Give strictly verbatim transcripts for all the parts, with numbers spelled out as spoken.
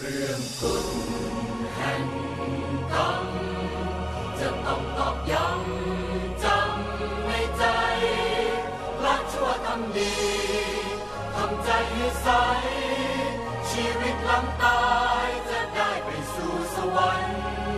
รื่องกฎแห่งกรรมจะต้องตอกย้ำจำในใจละชั่วทำดีทำใจให้ใสชีวิตหลังตายจะได้ไปสู่สวรรค์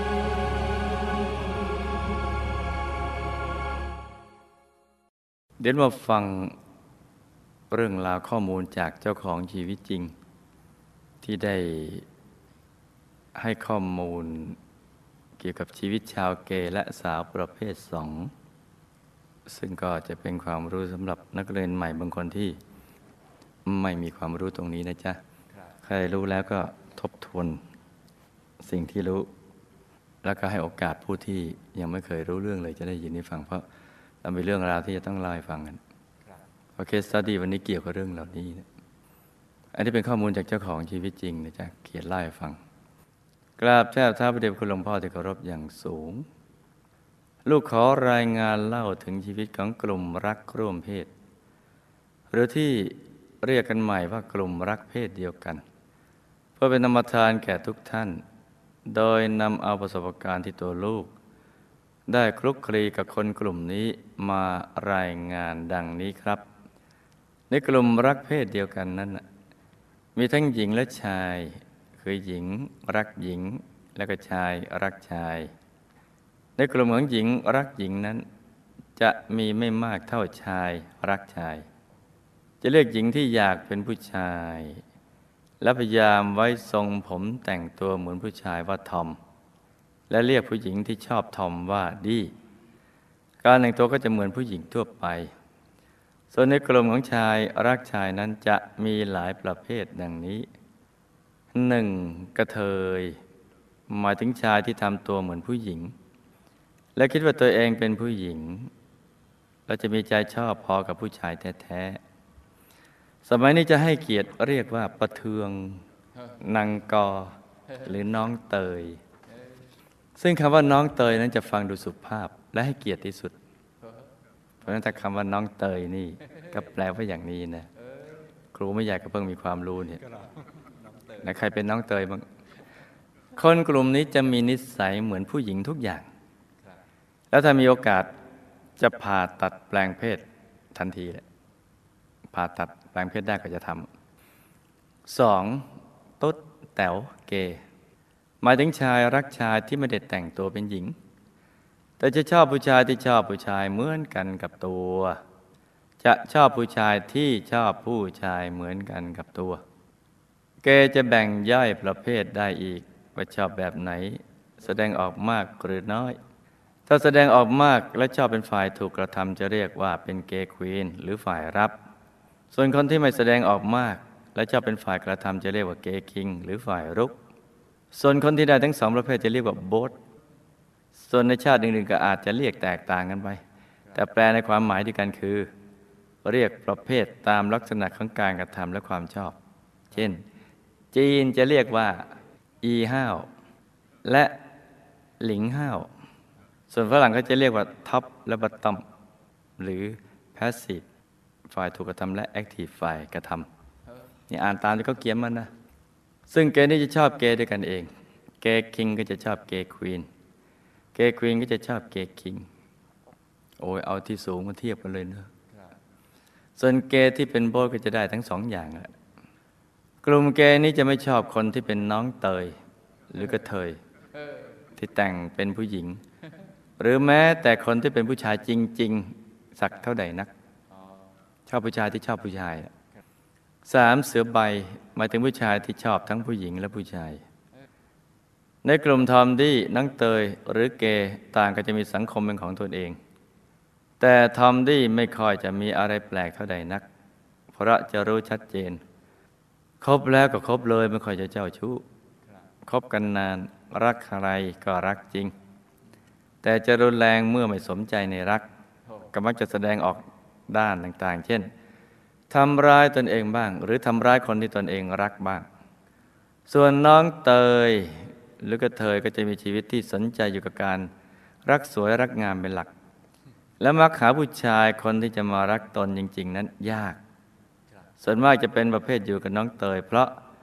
เดี๋ยวมาฟังเรื่องราวข้อมูลจากเจ้าของชีวิตจริงที่ได้ให้ข้อมูลเกี่ยวกับชีวิตชาวเกย์และสาวประเภทสองซึ่งก็จะเป็นความรู้สำหรับนักเรียนใหม่บางคนที่ไม่มีความรู้ตรงนี้นะจ๊ะใครรู้แล้วก็ทบทวนสิ่งที่รู้แล้วก็ให้โอกาสผู้ที่ยังไม่เคยรู้เรื่องเลยจะได้ยินได้ฟังเพราะเรามีเรื่องราวที่จะต้องเล่าให้ฟังกันโอเคสตัดดี้วันนี้เกี่ยวกับเรื่องเหล่านี้นะอันนี้เป็นข้อมูลจากเจ้าของชีวิตจริงนะจ๊ะเขียนเล่าให้ฟังกราบแทบเท้าพระเดชคุณหลวงพ่อที่เคารพอย่างสูงลูกขอรายงานเล่าถึงชีวิตของกลุ่มรักร่วมเพศหรือที่เรียกกันใหม่ว่ากลุ่มรักเพศเดียวกันเพื่อเป็นธรรมทานแก่ทุกท่านโดยนำเอาประสบการณ์ที่ตัวลูกได้คลุกคลีกับคนกลุ่มนี้มารายงานดังนี้ครับในกลุ่มรักเพศเดียวกันนั้นมีทั้งหญิงและชายคือหญิงรักหญิงและก็ชายรักชายในกลุ่มของหญิงรักหญิงนั้นจะมีไม่มากเท่าชายรักชายจะเลือกหญิงที่อยากเป็นผู้ชายและพยายามไว้ทรงผมแต่งตัวเหมือนผู้ชายว่าทอมและเรียกผู้หญิงที่ชอบทอมว่าดีการแต่งตัวก็จะเหมือนผู้หญิงทั่วไปส่วนในกลุ่มของชายรักชายนั้นจะมีหลายประเภทดังนี้หนึ่งกระเทยหมายถึงชายที่ทำตัวเหมือนผู้หญิงและคิดว่าตัวเองเป็นผู้หญิงและจะมีใจชอบพอกับผู้ชายแท้ๆสมัยนี้จะให้เกียรติเรียกว่าประเทืองนางกอหรือน้องเตยซึ่งคำว่าน้องเตยนั้นจะฟังดูสุภาพและให้เกียรติที่สุดเพราะฉะนั้นถ้าคำว่าน้องเตยนี่ก็แปลว่าอย่างนี้นะครูไม่อยากก็เพิ่งมีความรู้เนี่ยนะใครเป็นน้องเตยบ้างคนกลุ่มนี้จะมีนิสัยเหมือนผู้หญิงทุกอย่างแล้วถ้ามีโอกาสจะผ่าตัดแปลงเพศทันทีเลยผ่าตัดแปลงเพศได้ก็จะทำสองตุ๊ดแต๋วเกย์หมายถึงชายรักชายที่ไม่ได้แต่งตัวเป็นหญิงแต่จะชอบผู้ชายที่ชอบผู้ชายเหมือนกันกับตัวจะชอบผู้ชายที่ชอบผู้ชายเหมือนกันกับตัวเกย์จะแบ่งย่อยประเภทได้อีกว่าชอบแบบไหนแสดงออกมากหรือน้อยถ้าแสดงออกมากและชอบเป็นฝ่ายถูกกระทำจะเรียกว่าเป็นเกย์ควีนหรือฝ่ายรับส่วนคนที่ไม่แสดงออกมากและชอบเป็นฝ่ายกระทำจะเรียกว่าเกย์คิงหรือฝ่ายรุกส่วนคนที่ได้ทั้งสองประเภทจะเรียกว่าโบทส่วนในชาติอื่นๆก็อาจจะเรียกแตกต่างกันไปแต่แปลในความหมายเดียวกันคือเรียกประเภทตามลักษณะของการกระทำและความชอบเช่นจีนจะเรียกว่าอีห้าวและหลิงห้าวส่วนฝรั่งก็จะเรียกว่าท็อปและบัตตอมหรือแพสซีฟฝ่ายถูกกระทำและแอคทีฟฝ่ายกระทำนี่อ่านตามที่เขาเขียนมันนะซึ่งเกย์นี่จะชอบเกย์ด้วยกันเองเกย์คิงก็จะชอบเกย์ควีนเกย์ควีนก็จะชอบเกย์คิงโอ้ยเอาที่สูงมาเทียบกันเลยเนอะส่วนเกย์ที่เป็นโบสก็จะได้ทั้งสองอย่างแหละกลุ่มเกย์นี้จะไม่ชอบคนที่เป็นน้องเตยหรือกระเทยที่แต่งเป็นผู้หญิงหรือแม้แต่คนที่เป็นผู้ชายจริงๆสักเท่าใดนักชอบผู้ชายที่ชอบผู้ชายสามเสือใบหมายถึงผู้ชายที่ชอบทั้งผู้หญิงและผู้ชายในกลุ่มทอมดี้น้องเตยหรือเกย์ต่างก็จะมีสังคมเป็นของตนเองแต่ทอมดี้ไม่ค่อยจะมีอะไรแปลกเท่าใดนักเพราะจะรู้ชัดเจนคบแล้วก็คบเลยไม่ค่อยจะเจ้าชู้คบกันนานรักใครก็รักจริงแต่จะรุนแรงเมื่อไม่สมใจในรักก็มักจะแสดงออกด้านต่างๆเช่นทำร้ายตนเองบ้างหรือทำร้ายคนที่ตนเองรักบ้างส่วนน้องเตยหรือกระเทยก็จะมีชีวิตที่สนใจอยู่กับการรักสวยรักงามเป็นหลักและมักหาผู้ชายคนที่จะมารักตนจริงๆนั้นยากส่วนมากจะเป็นประเภทอยู่กับน้องเตยเพราะ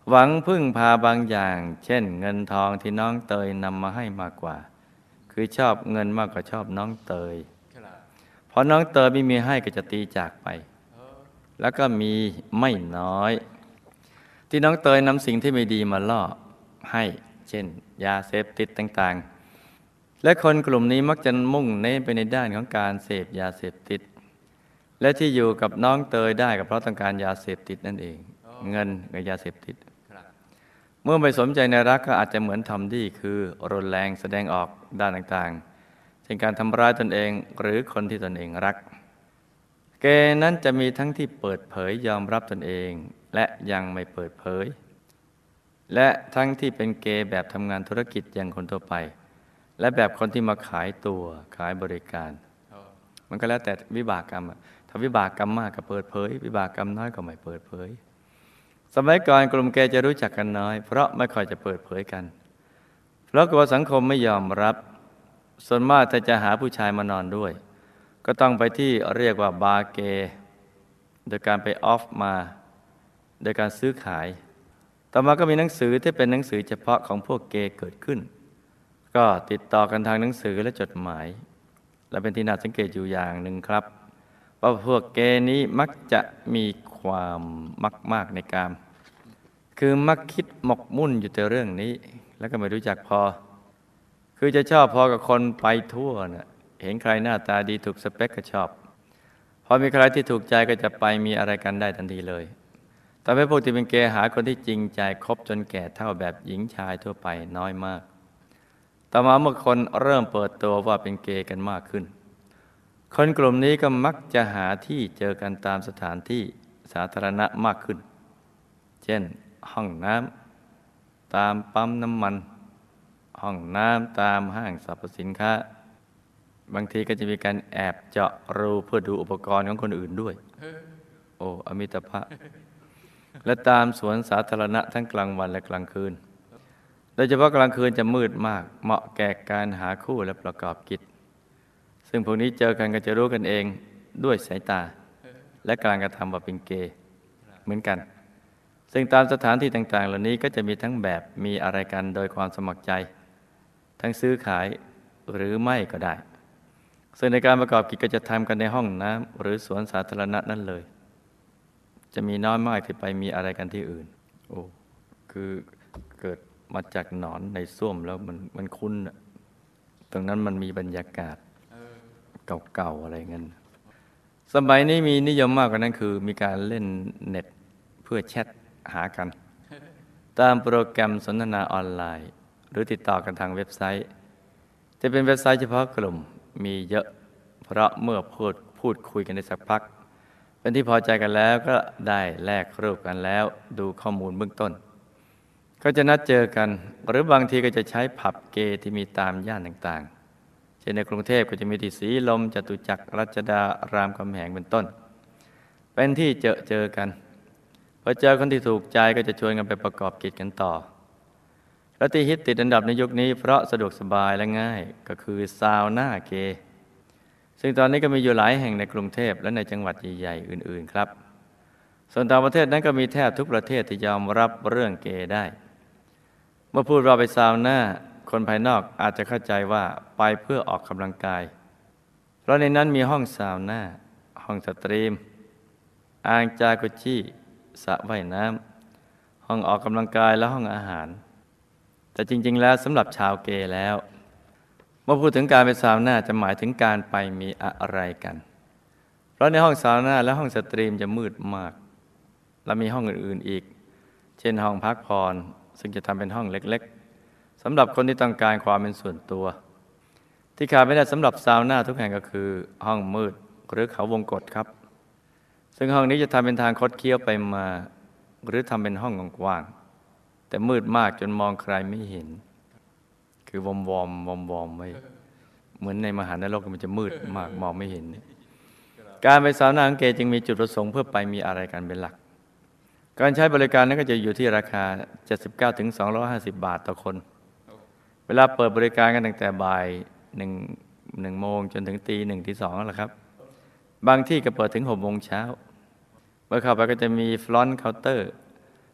หวังพึ่งพาบางอย่าง เช่นเงินทองที่น้องเตยนำมาให้มากกว่าคือชอบเงินมากกว่าชอบน้องเตยเพราะน้องเตยไม่มีให้ก็จะตีจากไปแล้วก็มีไม่น้อยที่น้องเตยนำสิ่งที่ไม่ดีมาล่อให้เช่นยาเสพติดต่างๆและคนกลุ่มนี้มักจะมุ่งเน้นไปในด้านของการเสพยาเสพติดและที่อยู่กับน้องเตยได้ก็เพราะต้องการยาเสพติดนั่นเองเงินกับยาเสพติดเมื่อไม่สนใจในรักก็อาจจะเหมือนทอมดี้คือรุนแรงแสดงออกด้านต่างๆเช่นการทำร้ายตนเองหรือคนที่ตนเองรักเกย์นั้นจะมีทั้งที่เปิดเผยยอมรับตนเองและยังไม่เปิดเผยและทั้งที่เป็นเกย์แบบทำงานธุรกิจอย่างคนทั่วไปและแบบคนที่มาขายตัวขายบริการมันก็แล้วแต่วิบากกรรมถ้าวิบากกรรมมากก็เปิดเผยวิบากกรรมน้อยก็ไม่เปิดเผยสมัยก่อนกลุ่มเกย์จะรู้จักกันน้อยเพราะไม่ค่อยจะเปิดเผยกันเพราะกลัวสังคมไม่ยอมรับส่วนมากถ้าจะหาผู้ชายมานอนด้วยก็ต้องไปที่เรียกว่าบาร์เกย์โดยการไปออฟมาโดยการซื้อขายต่อมาก็มีหนังสือที่เป็นหนังสือเฉพาะของพวกเกย์เกิดขึ้นก็ติดต่อกันทางหนังสือและจดหมายและเป็นที่น่าสังเกตอยู่อย่างหนึ่งครับว่าพวกเกย์นี้มักจะมีความมักมากในกามคือมักคิดหมกมุ่นอยู่แต่เรื่องนี้แล้วก็ไม่รู้จักพอคือจะชอบพอกับคนไปทั่วน่ะเห็นใครหน้าตาดีถูกสเปคก็ชอบพอมีใครที่ถูกใจก็จะไปมีอะไรกันได้ทันทีเลยแต่ให้พวกที่เป็นเกย์หาคนที่จริงใจคบจนแก่เท่าแบบหญิงชายทั่วไปน้อยมากต่อมาเมื่อคนเริ่มเปิดตัวว่าเป็นเกย์กันมากขึ้นคนกลุ่มนี้ก็มักจะหาที่เจอกันตามสถานที่สาธารณะมากขึ้นเช่นห้องน้ำตามปั๊มน้ำมันห้องน้ำตามห้างสรรพสินค้าบางทีก็จะมีการแอบเจาะรูเพื่อดูอุปกรณ์ของคนอื่นด้วยโอ้อมิตภะและตามสวนสาธารณะทั้งกลางวันและกลางคืนโดยเฉพาะกลางคืนจะมืดมากเหมาะแก่การหาคู่และประกอบกิจซึ่งพวกนี้เจอกันก็จะรู้กันเองด้วยสายตาและการกระทำว่าเป็นเกย์เหมือนกันซึ่งตามสถานที่ต่างๆเหล่านี้ก็จะมีทั้งแบบมีอะไรกันโดยความสมัครใจทั้งซื้อขายหรือไม่ก็ได้ซึ่งในการประกอบกิจก็จะทำกันในห้องน้ำหรือสวนสาธารณะนั่นเลยจะมีน้อยมากที่ไปมีอะไรกันที่อื่นโอ้คือเกิดมาจากหนอนในส้วมแล้วมันมันคุ้นตรงนั้นมันมีบรรยากาศเก่าๆอะไรเงี้ยสมัยนี้มีนิยมมากกว่านั้นคือมีการเล่นเน็ตเพื่อแชทหากันตามโปรแกรมสนทนาออนไลน์หรือติดต่อกันทางเว็บไซต์จะเป็นเว็บไซต์เฉพาะกลุ่มมีเยอะเพราะเมื่อพูดพูดคุยกันได้สักพักเป็นที่พอใจกันแล้วก็ได้แลกรูปกันแล้วดูข้อมูลเบื้องต้นก็จะนัดเจอกันหรือบางทีก็จะใช้ผับเกย์ที่มีตามย่านต่างๆเช่นในกรุงเทพก็จะมีที่สีลมจตุจักรรัชดารามคำแหงเป็นต้นเป็นที่เจอเจอกันพอเจอคนที่ถูกใจก็จะชวนกันไปประกอบกิจกันต่อและที่ฮิตติดอันดับในยุคนี้เพราะสะดวกสบายและง่ายก็คือซาวน่าเกย์ซึ่งตอนนี้ก็มีอยู่หลายแห่งในกรุงเทพและในจังหวัดใหญ่ๆอื่นๆครับส่วนต่างประเทศนั้นก็มีแทบทุกประเทศที่ยอมรับเรื่องเกย์ได้เมื่อพูดว่าไปซาวน่าคนภายนอกอาจจะเข้าใจว่าไปเพื่อออกกำลังกายเพราะในนั้นมีห้องซาวน่าห้องสตรีมอ่างจากุชชี่สระว่ายน้ำห้องออกกำลังกายและห้องอาหารแต่จริงๆแล้วสำหรับชาวเกย์แล้วเมื่อพูดถึงการไปซาวน่าจะหมายถึงการไปมีอะไรกันเพราะในห้องซาวน่าและห้องสตรีมจะมืดมากและมีห้องอื่นๆอีกเช่นห้องพักผ่อนซึ่งจะทำเป็นห้องเล็กๆสำหรับคนที่ต้องการความเป็นส่วนตัวที่ขาดไม่ได้สำหรับซาวน่าทุกแห่งก็คือห้องมืดหรือเขาวงกตครับซึ่งห้องนี้จะทำเป็นทางคดเคี้ยวไปมาหรือทำเป็นห้องกว้างๆแต่มืดมากจนมองใครไม่เห็นคือวอมวอมวอมวอมไว้เหมือนในมหานรกมันจะมืดมากมองไม่เห็นการไปซาวน่าของเกย์จึงมีจุดประสงค์เพื่อไปมีอะไรกันเป็นหลักการใช้บริการนั้นก็จะอยู่ที่ราคาเจ็ดสิบเก้าถึงสองร้อยห้าสิบบาทต่อคนเวลาเปิดบริการกันตั้งแต่บ่ายหนึ่งหนึ่งโมงจนถึงตีหนึ่งตีสองแล้วครับบางที่ก็เปิดถึงหกโมงเช้าเมื่อเข้าไปก็จะมีฟรอนต์เคาน์เตอร์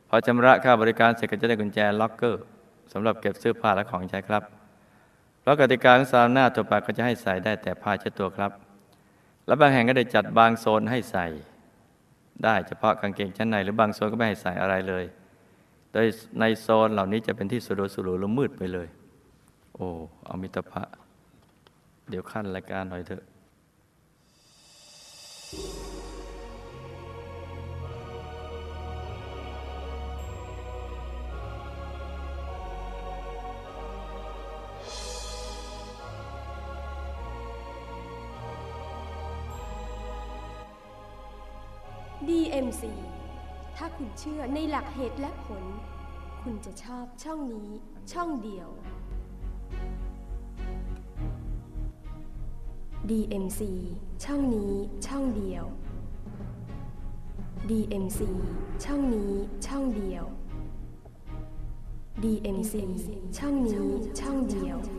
พอชำระค่าบริการเสร็จก็จะได้กุญแจล็อกเกอร์สำหรับเก็บเสื้อผ้าและของใช้ครับเพราะกติกาของซาวน่าตัวไปก็จะให้ใส่ได้แต่ผ้าเช็ดตัวครับและบางแห่งก็ได้จัดบางโซนให้ใส่ได้เฉพาะกางเกงชั้นในหรือบางโซนก็ไม่ให้ใส่อะไรเลยโดยในโซนเหล่านี้จะเป็นที่สุรุ่ยสุร่ายและมืดไปเลยโอ้เอามิตรภะเดี๋ยวขั้นรายการหน่อยเถอะดี เอ็ม ซี ถ้าคุณเชื่อในหลักเหตุและผลคุณจะชอบช่องนี้ช่องเดียว ดี เอ็ม ซี ช่องนี้ช่องเดียว ดี เอ็ม ซี ช่องนี้ช่องเดียว ดี เอ็ม ซี ช่องนี้ช่องเดียว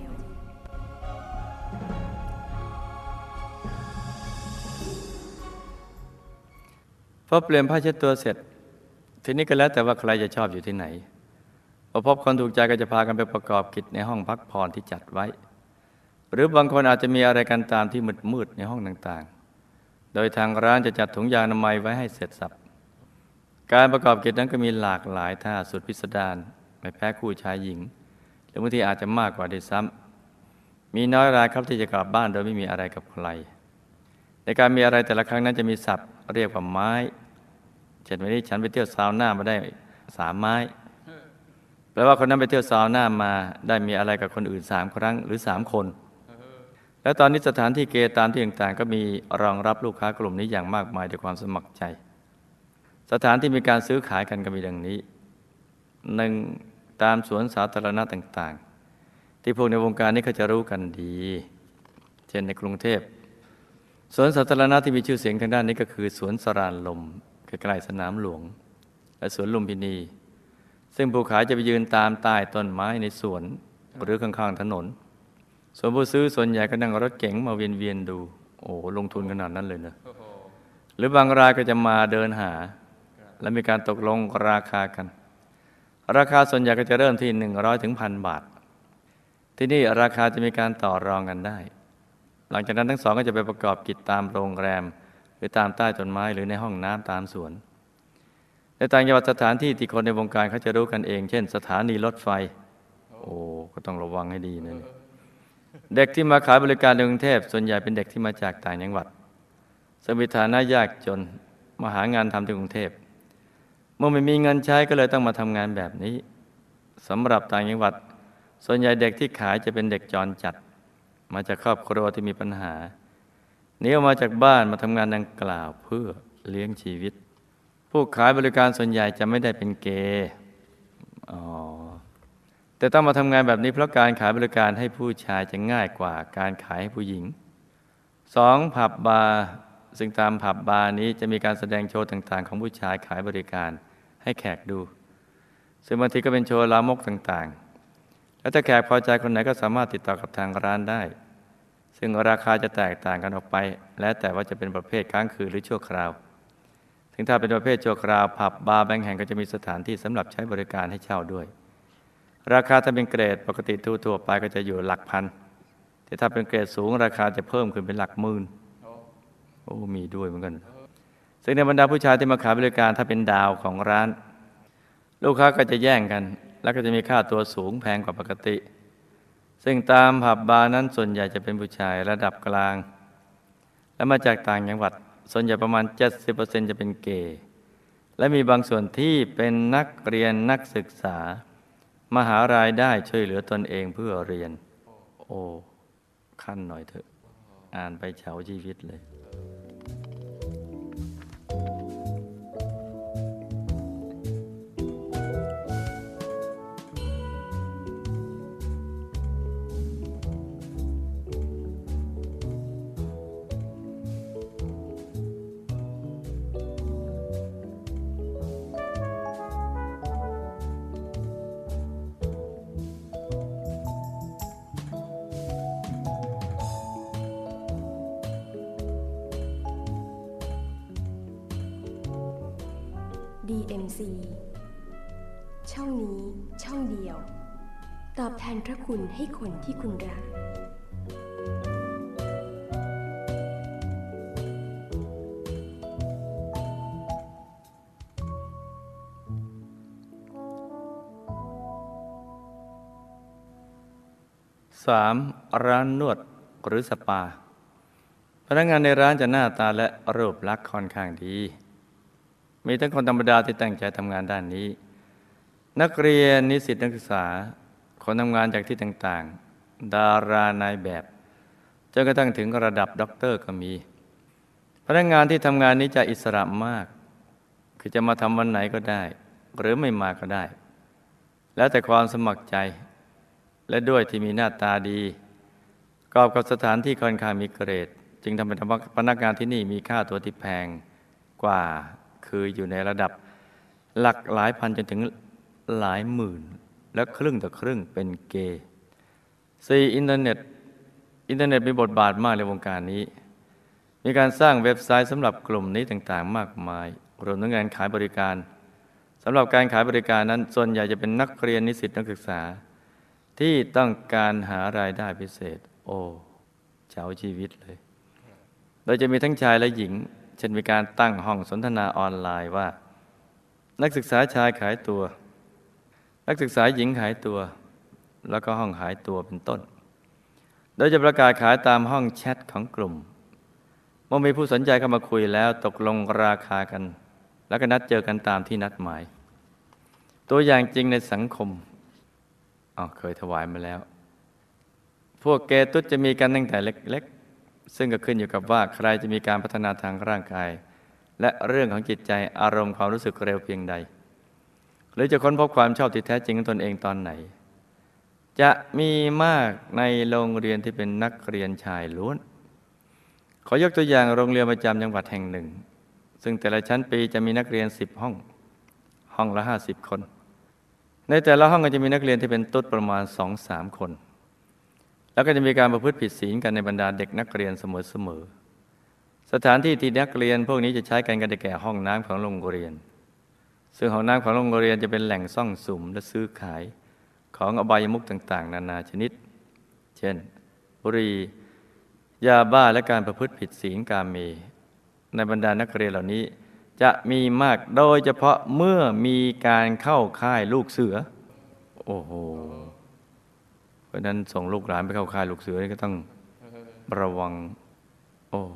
พอเปลี่ยนผ้าเช็ดตัวเสร็จทีนี้ก็แล้วแต่ว่าใครจะชอบอยู่ที่ไหนพอพบคนถูกใจก็จะพากันไปประกอบกิจในห้องพักผ่อนที่จัดไว้หรือบางคนอาจจะมีอะไรกันตามที่มืดๆในห้องต่างๆโดยทางร้านจะจัดถุงยางอนามัยไว้ให้เสร็จสับการประกอบกิจนั้นก็มีหลากหลายท่าสุดพิสดารไม่แพ้คู่ชายหญิงหรือบางทีอาจจะมากกว่าด้วยซ้ำมีน้อยรายครับที่จะกลับบ้านโดยไม่มีอะไรกับใครในการมีอะไรแต่ละครั้งนั้นจะมีศัพท์เรียกว่าไม้เช่นวันนี้ฉันไปเที่ยวซาวน่ามาได้สามไม้แปลว่าคนนั้นไปเที่ยวซาวน่ามาได้มีอะไรกับคนอื่นสามครั้งหรือสามคนและตอนนี้สถานที่เกย์ตามที่ต่างๆก็มีรองรับลูกค้ากลุ่มนี้อย่างมากมายด้วยความสมัครใจสถานที่มีการซื้อขายกันก็มีดังนี้หนึ่งตามสวนสาธารณะต่างๆที่พวกในวงการนี้เขาจะรู้กันดีเช่นในกรุงเทพสวนสาธารณะที่มีชื่อเสียงทางด้านนี้ก็คือสวนสรานลมใกล้ๆสนามหลวงและสวนลุมพินีซึ่งผู้ขายจะไปยืนตามใต้ต้นไม้ในสวนหรือข้างๆถนนส่วนผู้ซื้อส่วนใหญ่ก็นั่งรถเก๋งมาเวียนๆดูโอ้ลงทุนขนาดนั้นเลยนะหรือบางรายก็จะมาเดินหาและมีการตกลงราคากันราคาส่วนใหญ่ก็จะเริ่มที่หนึ่งร้อยถึงพันบาทที่นี่ราคาจะมีการต่อรองกันได้หลังจากนั้นทั้งสองก็จะไปประกอบกิจตามโรงแรมหรือตามใต้ต้นไม้หรือในห้องน้ำตามสวนในต่างจังหวัดสถานที่ที่คนในวงการเขาจะรู้กันเองเช่นสถานีรถไฟโอ้ก็ต้องระวังให้ดีนะเด็กที่มาขายบริการในกรุงเทพส่วนใหญ่เป็นเด็กที่มาจากต่างจังหวัดซึ่งมีฐานะยากจนมาหางานทำที่กรุงเทพเมื่อไม่มีเงินใช้ก็เลยต้องมาทำงานแบบนี้สำหรับต่างจังหวัดส่วนใหญ่เด็กที่ขายจะเป็นเด็กจรจัดมาจากครอบครัวที่มีปัญหาหนีออกมาจากบ้านมาทำงานดังกล่าวเพื่อเลี้ยงชีวิตผู้ขายบริการส่วนใหญ่จะไม่ได้เป็นเกย์อ๋อแต่ต้องมาทำงานแบบนี้เพราะการขายบริการให้ผู้ชายจะง่ายกว่าการขายให้ผู้หญิงสองผับบาร์ซึ่งตามผับบาร์นี้จะมีการแสดงโชว์ต่างๆของผู้ชายขายบริการให้แขกดูซึ่งบางทีก็เป็นโชว์ลามกต่างๆแล้วถ้าแขกพอใจคนไหนก็สามารถติดต่อกับทางร้านได้ซึ่งราคาจะแตกต่างกันออกไปและแต่ว่าจะเป็นประเภทค้างคืนหรือชั่วคราวถึงถ้าเป็นประเภทชั่วคราวผับบาร์บางแห่งก็จะมีสถานที่สำหรับใช้บริการให้เช่าด้วยราคาถ้าเป็นเกรดปกติทั่วๆไปก็จะอยู่หลักพันแต่ถ้าเป็นเกรดสูงราคาจะเพิ่มขึ้นเป็นหลักหมื่นโอ้มีด้วยเหมือนกันซึ่งในบรรดาผู้ชายที่มาขายบริการถ้าเป็นดาวของร้านลูกค้าก็จะแย่งกันแล้วก็จะมีค่าตัวสูงแพงกว่าปกติซึ่งตามผับบาร์นั้นส่วนใหญ่จะเป็นผู้ชายระดับกลางและมาจากต่างจังหวัดส่วนใหญ่ประมาณ เจ็ดสิบเปอร์เซ็นต์ จะเป็นเกย์และมีบางส่วนที่เป็นนักเรียนนักศึกษามาหารายได้ช่วยเหลือตนเองเพื่อเรียนโอ้ขั้นหน่อยเถอะอ่านไปเฉาชีวิตเลยดี เอ็ม ซีช่องนี้ช่องเดียวตอบแทนพระคุณให้คนที่คุณรักสามร้านนวดหรือสปาพนักงานในร้านจะหน้าตาและรูปลักษณ์ค่อนข้างดีมีทั้งคนธรรมดาที่ตั้งใจทำงานด้านนี้นักเรียนนิสิตนักศึกษาคนทำงานจากที่ต่างๆดารานายแบบจนกระทั่งถึงระดับด็อกเตอร์ก็มีพนักงานที่ทำงานนี้จะอิสระมากคือจะมาทำวันไหนก็ได้หรือไม่มาก็ได้แล้วแต่ความสมัครใจและด้วยที่มีหน้าตาดีกอบกับสถานที่ค่อนข้างมีเกรดจึงทำให้พนักงานที่นี่มีค่าตัวที่แพงกว่าคืออยู่ในระดับหลักหลายพันจนถึงหลายหมื่นและครึ่งต่อครึ่งเป็นเกย์สี่อินเทอร์เน็ตอินเทอร์เน็ตมีบทบาทมากในวงการนี้มีการสร้างเว็บไซต์สำหรับกลุ่มนี้ต่างๆมากมายรวมถึงงานขายบริการสำหรับการขายบริการนั้นส่วนใหญ่จะเป็นนักเรียนนิสิตนักศึกษาที่ต้องการหารายได้พิเศษโอ้เจ้าชีวิตเลยโดยจะมีทั้งชายและหญิงเช่นมีการตั้งห้องสนทนาออนไลน์ว่านักศึกษาชายขายตัวนักศึกษาหญิงขายตัวแล้วก็ห้องขายตัวเป็นต้นโดยจะประกาศขายตามห้องแชทของกลุ่มเมื่อมีผู้สนใจเข้ามาคุยแล้วตกลงราคากันแล้วก็นัดเจอกันตามที่นัดหมายตัวอย่างจริงในสังคมอ๋อเคยถวายมาแล้วพวกเกตุจะมีกันตั้งแต่เล็กๆซึ่งก็ขึ้นอยู่กับว่าใครจะมีการพัฒนาทางร่างกายและเรื่องของจิตใจอารมณ์ความรู้สึกเร็วเพียงใดหรือจะค้นพบความชอบที่แท้จริงของตนเองตอนไหนจะมีมากในโรงเรียนที่เป็นนักเรียนชายล้วนขอยกตัวอย่างโรงเรียนประจำจังหวัดแห่งหนึ่งซึ่งแต่ละชั้นปีจะมีนักเรียนสิบห้องห้องละห้าสิบคนในแต่ละห้องก็จะมีนักเรียนที่เป็นตุ๊ดประมาณ สองถึงสาม คนแล้วก็จะมีการประพฤติผิดศีลกันในบรรดาเด็กนักเรียนเสมอๆสถานที่ที่นักเรียนพวกนี้จะใช้กันก็ได้แก่ห้องน้ำของโรงเรียนซึ่งห้องน้ำของโรงเรียนจะเป็นแหล่งซ่องสุมและซื้อขายของอบายมุขต่างๆนานาชนิดเช่นบุหรี่ยาบ้าและการประพฤติผิดศีลกาเมในบรรดานักเรียนเหล่านี้จะมีมากโดยเฉพาะเมื่อมีการเข้าค่ายลูกเสือโอ้โหเพราะนั้นส่งลูกหลานไปเข้าค่ายลูกเสือนี่ก็ต้องระวังโอ้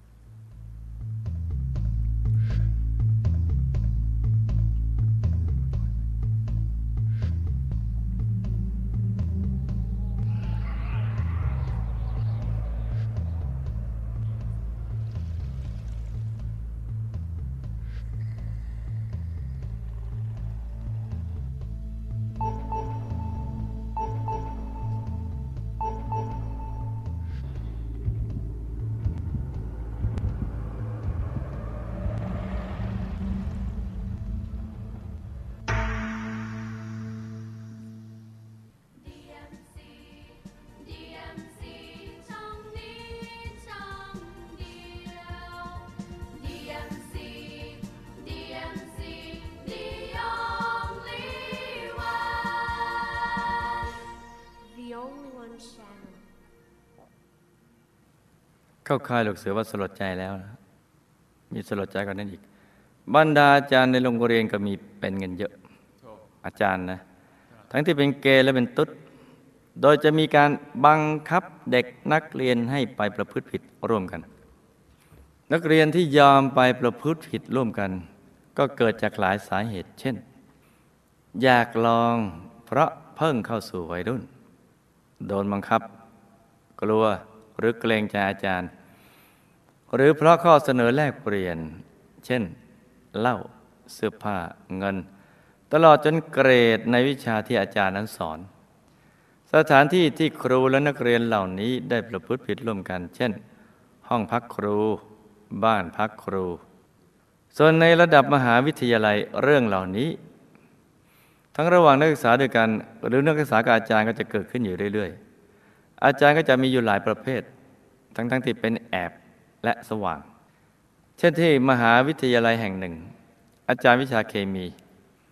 เข้าค่ายลูกเสือว่าสลดใจแล้วนะมีสลดใจกว่านั้นอีกบรรดาอาจารย์ในโรงเรียนก็มีเป็นเงินเยอะอาจารย์นะทั้งที่เป็นเกย์และเป็นตุ๊ดโดยจะมีการบังคับเด็กนักเรียนให้ไปประพฤติผิดร่วมกันนักเรียนที่ยอมไปประพฤติผิดร่วมกันก็เกิดจากหลายสาเหตุเช่นอยากลองเพราะเพิ่งเข้าสู่วัยรุ่นโดนบังคับกลัวหรือเกรงใจอาจารย์หรือเพราะข้อเสนอแลกเปลี่ยนเช่นเหล้าเสื้อผ้าเงินตลอดจนเกรดในวิชาที่อาจารย์นั้นสอนสถานที่ที่ครูและนักเรียนเหล่านี้ได้ประพฤติผิดร่วมกันเช่นห้องพักครูบ้านพักครูส่วนในระดับมหาวิทยาลัยเรื่องเหล่านี้ทั้งระหว่างนักศึกษาด้วยกันหรือนักศึกษากับอาจารย์ก็จะเกิดขึ้นอยู่เรื่อยๆอาจารย์ก็จะมีอยู่หลายประเภททั้งๆที่เป็นแอบและสว่างเช่นที่มหาวิทยาลัยแห่งหนึ่งอาจารย์วิชาเคมี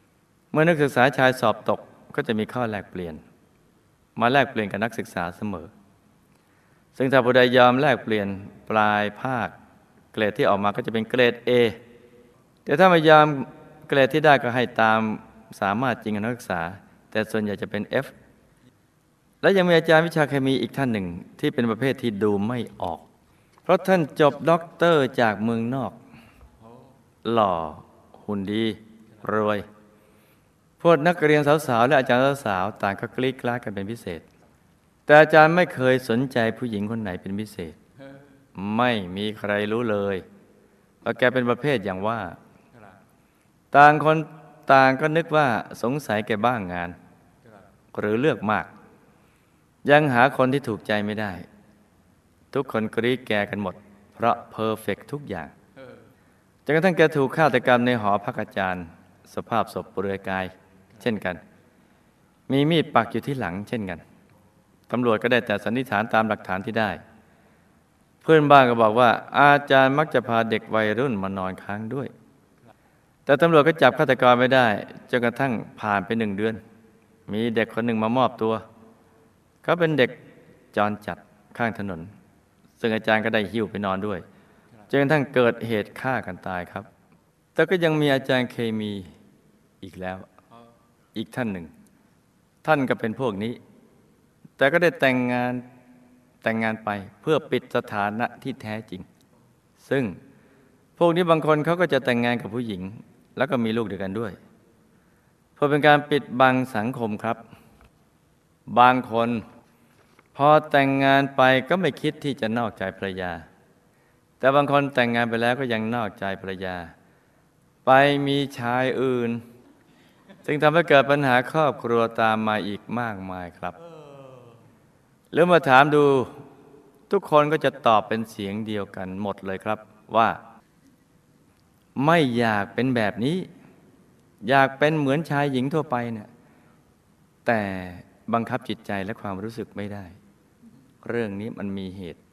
เมื่อนักศึกษาชายสอบตกก็จะมีข้อแลกเปลี่ยนมาแลกเปลี่ยนกับนักศึกษาเสมอซึ่งถ้าผู้ใดยอมแลกเปลี่ยนปลายภาคเกรดที่ออกมาก็จะเป็นเกรด A แต่ถ้าไม่ยอมเกรดที่ได้ก็ให้ตามสามารถจริงของนักศึกษาแต่ส่วนใหญ่จะเป็น F และยังมีอาจารย์วิชาเคมีอีกท่านหนึ่งที่เป็นประเภทที่ดูไม่ออกเพราะท่านจบด็อกเตอร์จากเมืองนอกหล่อหุ่นดีรวยพวกนักเรียนสาวๆและอาจารย์สาวๆต่างก็กรี๊ดกราดกันเป็นพิเศษแต่อาจารย์ไม่เคยสนใจผู้หญิงคนไหนเป็นพิเศษไม่มีใครรู้เลยว่าแกเป็นประเภทอย่างว่าต่างคนต่างก็นึกว่าสงสัยแกบ้างงานหรือเลือกมากยังหาคนที่ถูกใจไม่ได้ทุกคนกรี๊ดแกกันหมดเพราะเพอร์เฟกต์ทุกอย่างจนกระทั่งแกถูกฆาตกรรมในหอพักอาจารย์สภาพศพเปลือยกายเช่นกันมีมีดปักอยู่ที่หลังเช่นกันตำรวจก็ได้แต่สันนิษฐานตามหลักฐานที่ได้เพื่อนบ้านก็บอกว่าอาจารย์มักจะพาเด็กวัยรุ่นมานอนค้างด้วยแต่ตำรวจก็จับฆาตกรไม่ได้จนกระทั่งผ่านไปหนึ่งเดือนมีเด็กคนหนึ่งมามอบตัวเขาเป็นเด็กจรจัดข้างถนนซึ่งอาจารย์ก็ได้หิ้วไปนอนด้วยจนกระทั่งเกิดเหตุฆ่ากันตายครับแต่ก็ยังมีอาจารย์เคมีอีกแล้วอีกท่านหนึ่งท่านก็เป็นพวกนี้แต่ก็ได้แต่งงานแต่งงานไปเพื่อปิดสถานะที่แท้จริงซึ่งพวกนี้บางคนเขาก็จะแต่งงานกับผู้หญิงแล้วก็มีลูกด้วยกันด้วยเพื่อเป็นการปิดบังสังคมครับบางคนพอแต่งงานไปก็ไม่คิดที่จะนอกใจภรรยาแต่บางคนแต่งงานไปแล้วก็ยังนอกใจภรรยาไปมีชายอื่นซึ่งทำให้เกิดปัญหาครอบครัวตามมาอีกมากมายครับหรือมาถามดูทุกคนก็จะตอบเป็นเสียงเดียวกันหมดเลยครับว่าไม่อยากเป็นแบบนี้อยากเป็นเหมือนชายหญิงทั่วไปเนี่ยแต่บังคับจิตใจและความรู้สึกไม่ได้เรื่องนี้มันมีเหตุ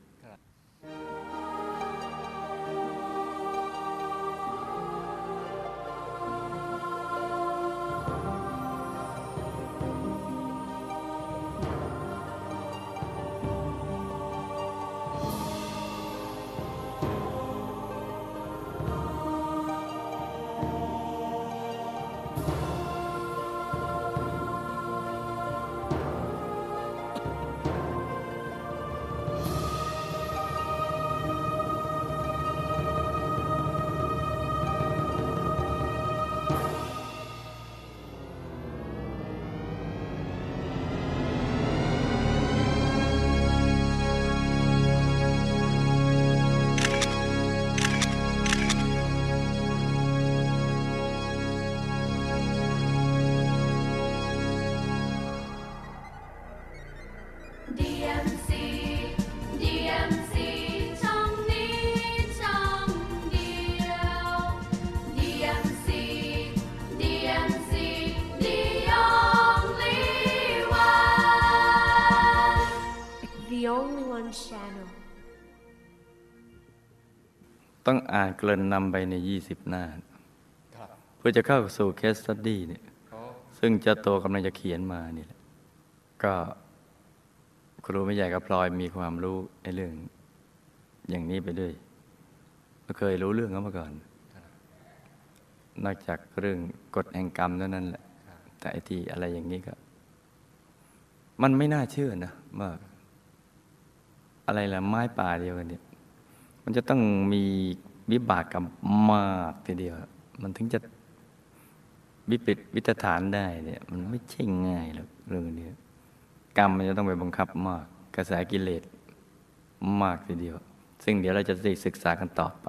ต้องอ่านเกริ่นนำไปในยี่สิบหน้าเพื่อจะเข้าสู่เคสสตัดดี้เนี่ยซึ่งเจ้าตัวกำลังจะเขียนมานี่แหละก็ครูไม่ใหญ่กับพลอยมีความรู้ในเรื่องอย่างนี้ไปด้วยไม่เคยรู้เรื่องเขามาก่อนนอกจากเรื่องกฎแห่งกรรมเท่านั้นแหละแต่ไอ้ที่อะไรอย่างนี้ก็มันไม่น่าเชื่อนะว่าอะไรล่ะไม้ป่าเดียวกันเนี่ยมันจะต้องมีวิบากกรรมมากทีเดียวมันถึงจะวิปริตวิตฐานได้เนี่ยมันไม่ใช่ง่ายหรอกเรื่องนี้กรรมมันจะต้องไปบังคับมากกระแสกิเลสมากทีเดียวซึ่งเดี๋ยวเราจะได้ศึกษากันต่อไป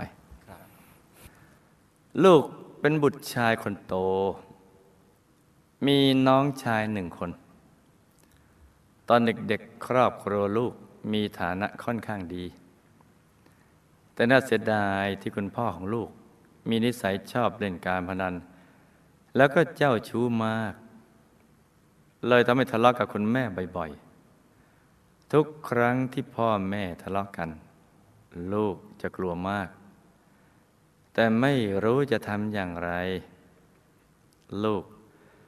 ลูกเป็นบุตรชายคนโตมีน้องชายหนึ่งคนตอนเด็กๆครอบครัวลูกมีฐานะค่อนข้างดีแต่น่าเสียดายที่คุณพ่อของลูกมีนิสัยชอบเล่นการพนันแล้วก็เจ้าชู้มากเลยทำให้ทะเลาะกับคุณแม่บ่อยๆทุกครั้งที่พ่อแม่ทะเลาะกันลูกจะกลัวมากแต่ไม่รู้จะทำอย่างไรลูก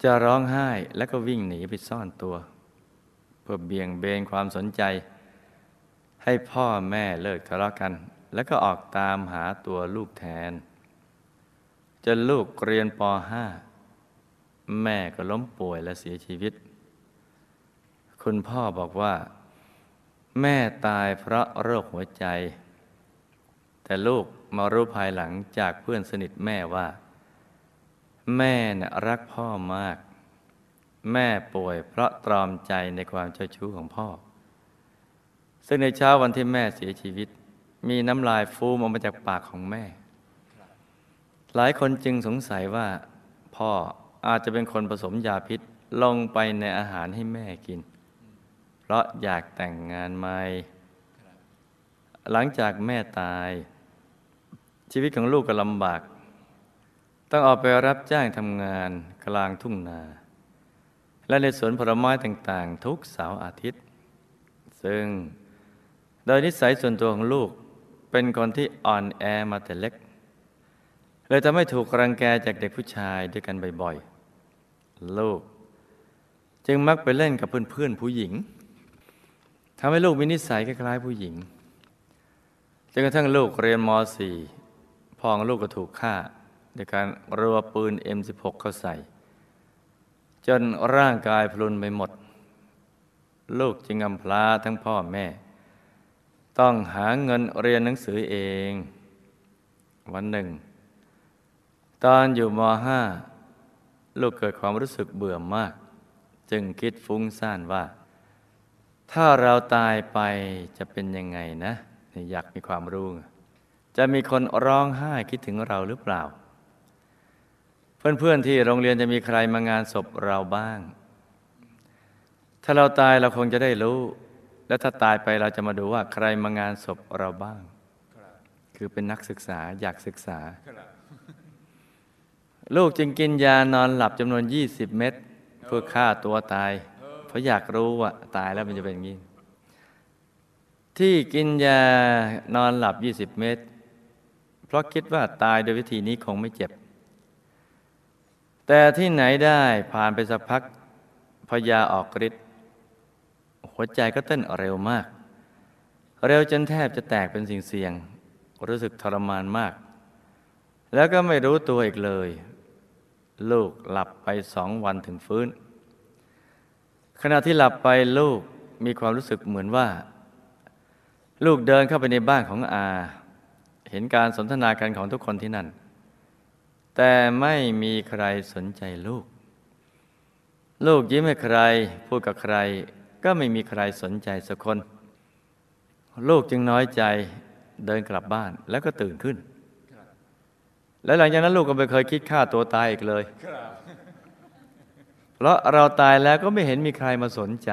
จะร้องไห้แล้วก็วิ่งหนีไปซ่อนตัวเพื่อเบี่ยงเบนความสนใจให้พ่อแม่เลิกทะเลาะกันแล้วก็ออกตามหาตัวลูกแทนจนลูกเรียนป ห้า แม่ก็ล้มป่วยและเสียชีวิตคุณพ่อบอกว่าแม่ตายเพราะโรคหัวใจแต่ลูกมารู้ภายหลังจากเพื่อนสนิทแม่ว่าแม่น่ะรักพ่อมากแม่ป่วยเพราะตรอมใจในความเจ้าชู้ของพ่อซึ่งในเช้าวันที่แม่เสียชีวิตมีน้ำลายฟูมออกมาจากปากของแม่หลายคนจึงสงสัยว่าพ่ออาจจะเป็นคนผสมยาพิษลงไปในอาหารให้แม่กินเพราะอยากแต่งงานใหม่หลังจากแม่ตายชีวิตของลูกก็ลำบากต้องออกไปรับจ้างทำงานกลางทุ่งนาและในสวนผลไม้ต่างๆทุกเสาร์อาทิตย์ซึ่งโดยนิสัยส่วนตัวของลูกเป็นคนที่อ่อนแอมาแต่เล็กเลยทำให้ถูกรังแกจากเด็กผู้ชายด้วยกันบ่อยๆลูกจึงมักไปเล่นกับเพื่อนๆผู้หญิงทำให้ลูกมีนิสัยคล้ายๆผู้หญิงจนกระทั่งลูกเรียนม สี่ พ่อของลูกก็ถูกฆ่าด้วยการรัวปืน เอ็ม สิบหก เข้าใส่จนร่างกายพรุนไปหมดลูกจึงกำพร้าทั้งพ่อแม่ต้องหาเงินเรียนหนังสือเองวันหนึ่งตอนอยู่ม ห้า ลูกเกิดความรู้สึกเบื่อมากจึงคิดฟุ้งซ่านว่าถ้าเราตายไปจะเป็นยังไงนะอยากมีความรู้จะมีคนร้องไห้คิดถึงเราหรือเปล่าเพื่อนๆที่โรงเรียนจะมีใครมางานศพเราบ้างถ้าเราตายเราคงจะได้รู้และถ้าตายไปเราจะมาดูว่าใครมางานศพเราบ้างคือเป็นนักศึกษาอยากศึกษาลูกจึงกินยานอนหลับจำนวนยี่สิบเม็ดเพื่อฆ่าตัวตายเพราะอยากรู้ว่าตายแล้วมันจะเป็นอย่างนี้ที่กินยานอนหลับยี่สิบเม็ดเพราะคิดว่าตายโดยวิธีนี้คงไม่เจ็บแต่ที่ไหนได้ผ่านไปสักพักพอยาออกฤทธิ์หัวใจก็เต้นเร็วมากเร็วจนแทบจะแตกเป็นสิ่งเสี่ยงรู้สึกทรมานมากแล้วก็ไม่รู้ตัวอีกเลยลูกหลับไปสองวันถึงฟื้นขณะที่หลับไปลูกมีความรู้สึกเหมือนว่าลูกเดินเข้าไปในบ้านของอาเห็นการสนทนากันของทุกคนที่นั่นแต่ไม่มีใครสนใจลูกลูกยิ้มให้ใครพูดกับใครก็ไม่มีใครสนใจสักคนลูกจึงน้อยใจเดินกลับบ้านแล้วก็ตื่นขึ้นและหลังจากนั้นลูกก็ไม่เคยคิดฆ่าตัวตายอีกเลยเพราะเราตายแล้วก็ไม่เห็นมีใครมาสนใจ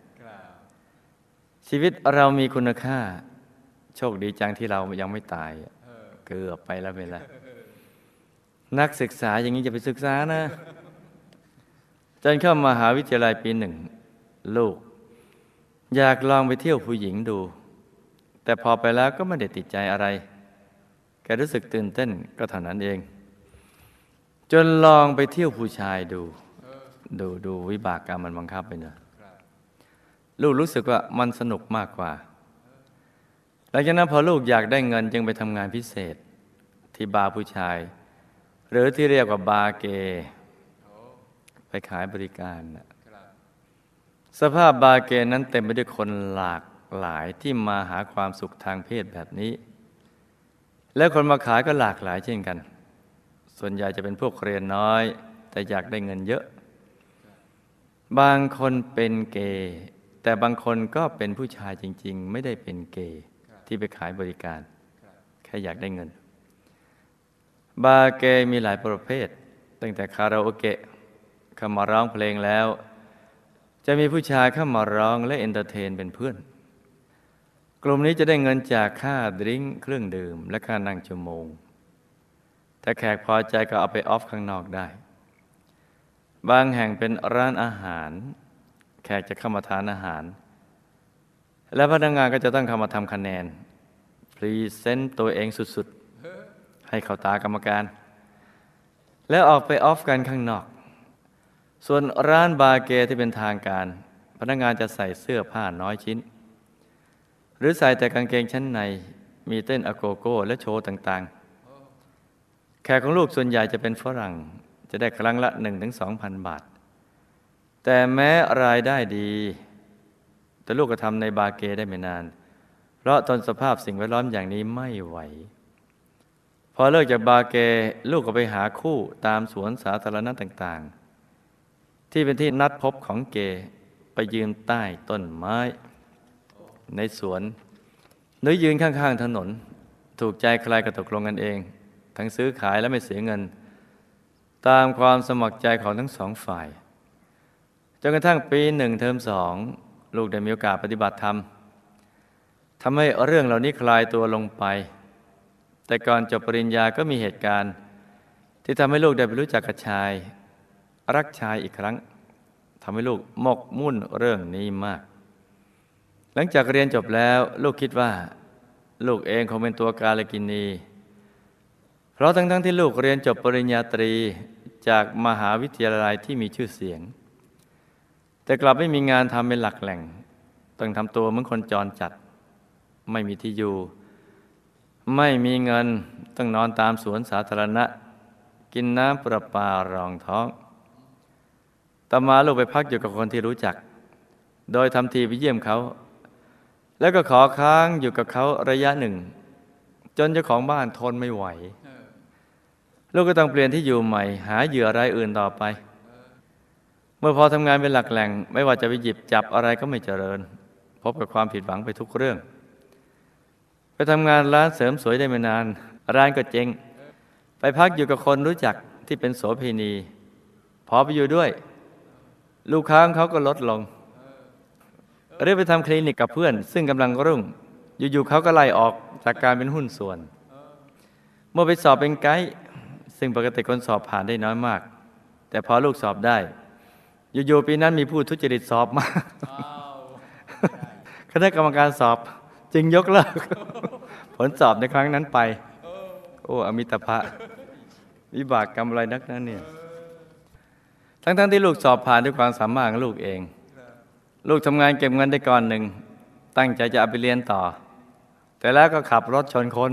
ชีวิตเรามีคุณค่าโชคดีจังที่เรายังไม่ตายเกือบไปแล้วเวลานักศึกษาอย่างนี้จะไปศึกษานะจนเข้ามหาวิทยาลัยปีหนึ่งลูกอยากลองไปเที่ยวผู้หญิงดูแต่พอไปแล้วก็ไม่ได้ติดใจอะไรแกรู้สึกตื่นเต้นก็เท่านั้นเองจนลองไปเที่ยวผู้ชายดูดูดูวิบากกรรมมันบังคับไปเนอะลูกรู้สึกว่ามันสนุกมากกว่าหลังจากนั้นพอลูกอยากได้เงินจึงไปทำงานพิเศษที่บาร์ผู้ชายหรือที่เรียกว่าบาร์เกย์ไปขายบริการนะสภาพบาร์เกย์นั้นเต็มไปด้วยคนหลากหลายที่มาหาความสุขทางเพศแบบนี้และคนมาขายก็หลากหลายเช่นกันส่วนใหญ่จะเป็นพวกเรียนน้อยแต่อยากได้เงินเยอะบางคนเป็นเกย์แต่บางคนก็เป็นผู้ชายจริงๆไม่ได้เป็นเกย์ที่ไปขายบริการแค่อยากได้เงินบาร์เกย์มีหลายประเภทตั้งแต่คาราโอเกะเข้ามาร้องเพลงแล้วจะมีผู้ชายเข้ามาร้องและเอนเตอร์เทนเป็นเพื่อนกลุ่มนี้จะได้เงินจากค่าดริงก์เครื่องดื่มและค่านั่งชั่วโมงถ้าแขกพอใจก็เอาไปออฟข้างนอกได้บางแห่งเป็นร้านอาหารแขกจะเข้ามาทานอาหารและพนักงานก็จะต้องเข้ามาทำคะแนนพรีเซนต์ตัวเองสุดๆให้เข้าตากรรมการแล้วออกไปออฟกันข้างนอกส่วนร้านบาเกที่เป็นทางการพนักงานจะใส่เสื้อผ้าน้อยชิ้นหรือใส่แต่กางเกงชั้นในมีเต้นอะโกโก้และโชว์ต่างๆแขกของลูกส่วนใหญ่จะเป็นฝรั่งจะได้ครั้งละ หนึ่งถึงสองพัน บาทแต่แม้รายได้ดีแต่ลูกก็ทำในบาเกได้ไม่นานเพราะทนสภาพสิ่งแวดล้อมอย่างนี้ไม่ไหวพอเลิกจากบาเกลูกก็ไปหาคู่ตามสวนสาธารณะต่างๆที่เป็นที่นัดพบของเกย์ไปยืนใต้ต้นไม้ในสวนหรือยืนข้างๆถนนถูกใจใครก็ตกลงกันเองทั้งซื้อขายและไม่เสียเงินตามความสมัครใจของทั้งสองฝ่ายจนกระทั่งปีหนึ่งเทอมสองลูกได้มีโอกาสปฏิบัติธรรมทำให้เรื่องเหล่านี้คลายตัวลงไปแต่ก่อนจบปริญญาก็มีเหตุการณ์ที่ทำให้ลูกได้ไปรู้จักกับชายรักชายอีกครั้งทำให้ลูกหมกมุ่นเรื่องนี้มากหลังจากเรียนจบแล้วลูกคิดว่าลูกเองคงเป็นตัวกาลกิณีเพราะทั้งๆ ที่ลูกเรียนจบปริญญาตรีจากมหาวิทยาลัยที่มีชื่อเสียงแต่กลับไม่มีงานทำเป็นหลักแหล่งต้องทำตัวเหมือนคนจรจัดไม่มีที่อยู่ไม่มีเงินต้องนอนตามสวนสาธารณะกินน้ำประปารองท้องต่อมาลูกไปพักอยู่กับคนที่รู้จักโดยทำทีไปเยี่ยมเขาแล้วก็ขอค้างอยู่กับเขาระยะหนึ่งจนเจ้าของบ้านทนไม่ไหวลูกก็ต้องเปลี่ยนที่อยู่ใหม่หาเหยื่อรายอื่นต่อไปเมื่อพอทำงานเป็นหลักแหล่งไม่ว่าจะไปหยิบจับอะไรก็ไม่เจริญพบกับความผิดหวังไปทุกเรื่องไปทำงานร้านเสริมสวยได้ไม่นานร้านก็เจ๊งไปพักอยู่กับคนรู้จักที่เป็นโสเภณีพอไปอยู่ด้วยลูกค้าของเขาก็ลดลงหรือไปทำคลินิกกับเพื่อนซึ่งกำลังรุ่งอยู่ๆเขาก็ไล่ออกจากการเป็นหุ้นส่วนเมื่อไปสอบเป็นไกด์ซึ่งปกติคนสอบผ่านได้น้อยมากแต่พอลูกสอบได้อยู่ๆปีนั้นมีผู้ทุจริตสอบมากคณะกรรมการสอบจึงยกเลิกผลสอบในครั้งนั้นไปโอ้อมิตภะวิบากกรรมอะไรนักนั้นเนี่ยทั้งๆที่ลูกสอบผ่านด้วยความสามารถของลูกเองลูกทำงานเก็บเงินได้ก้อนหนึ่งตั้งใจจะเอาไปเรียนต่อแต่แล้วก็ขับรถชนคน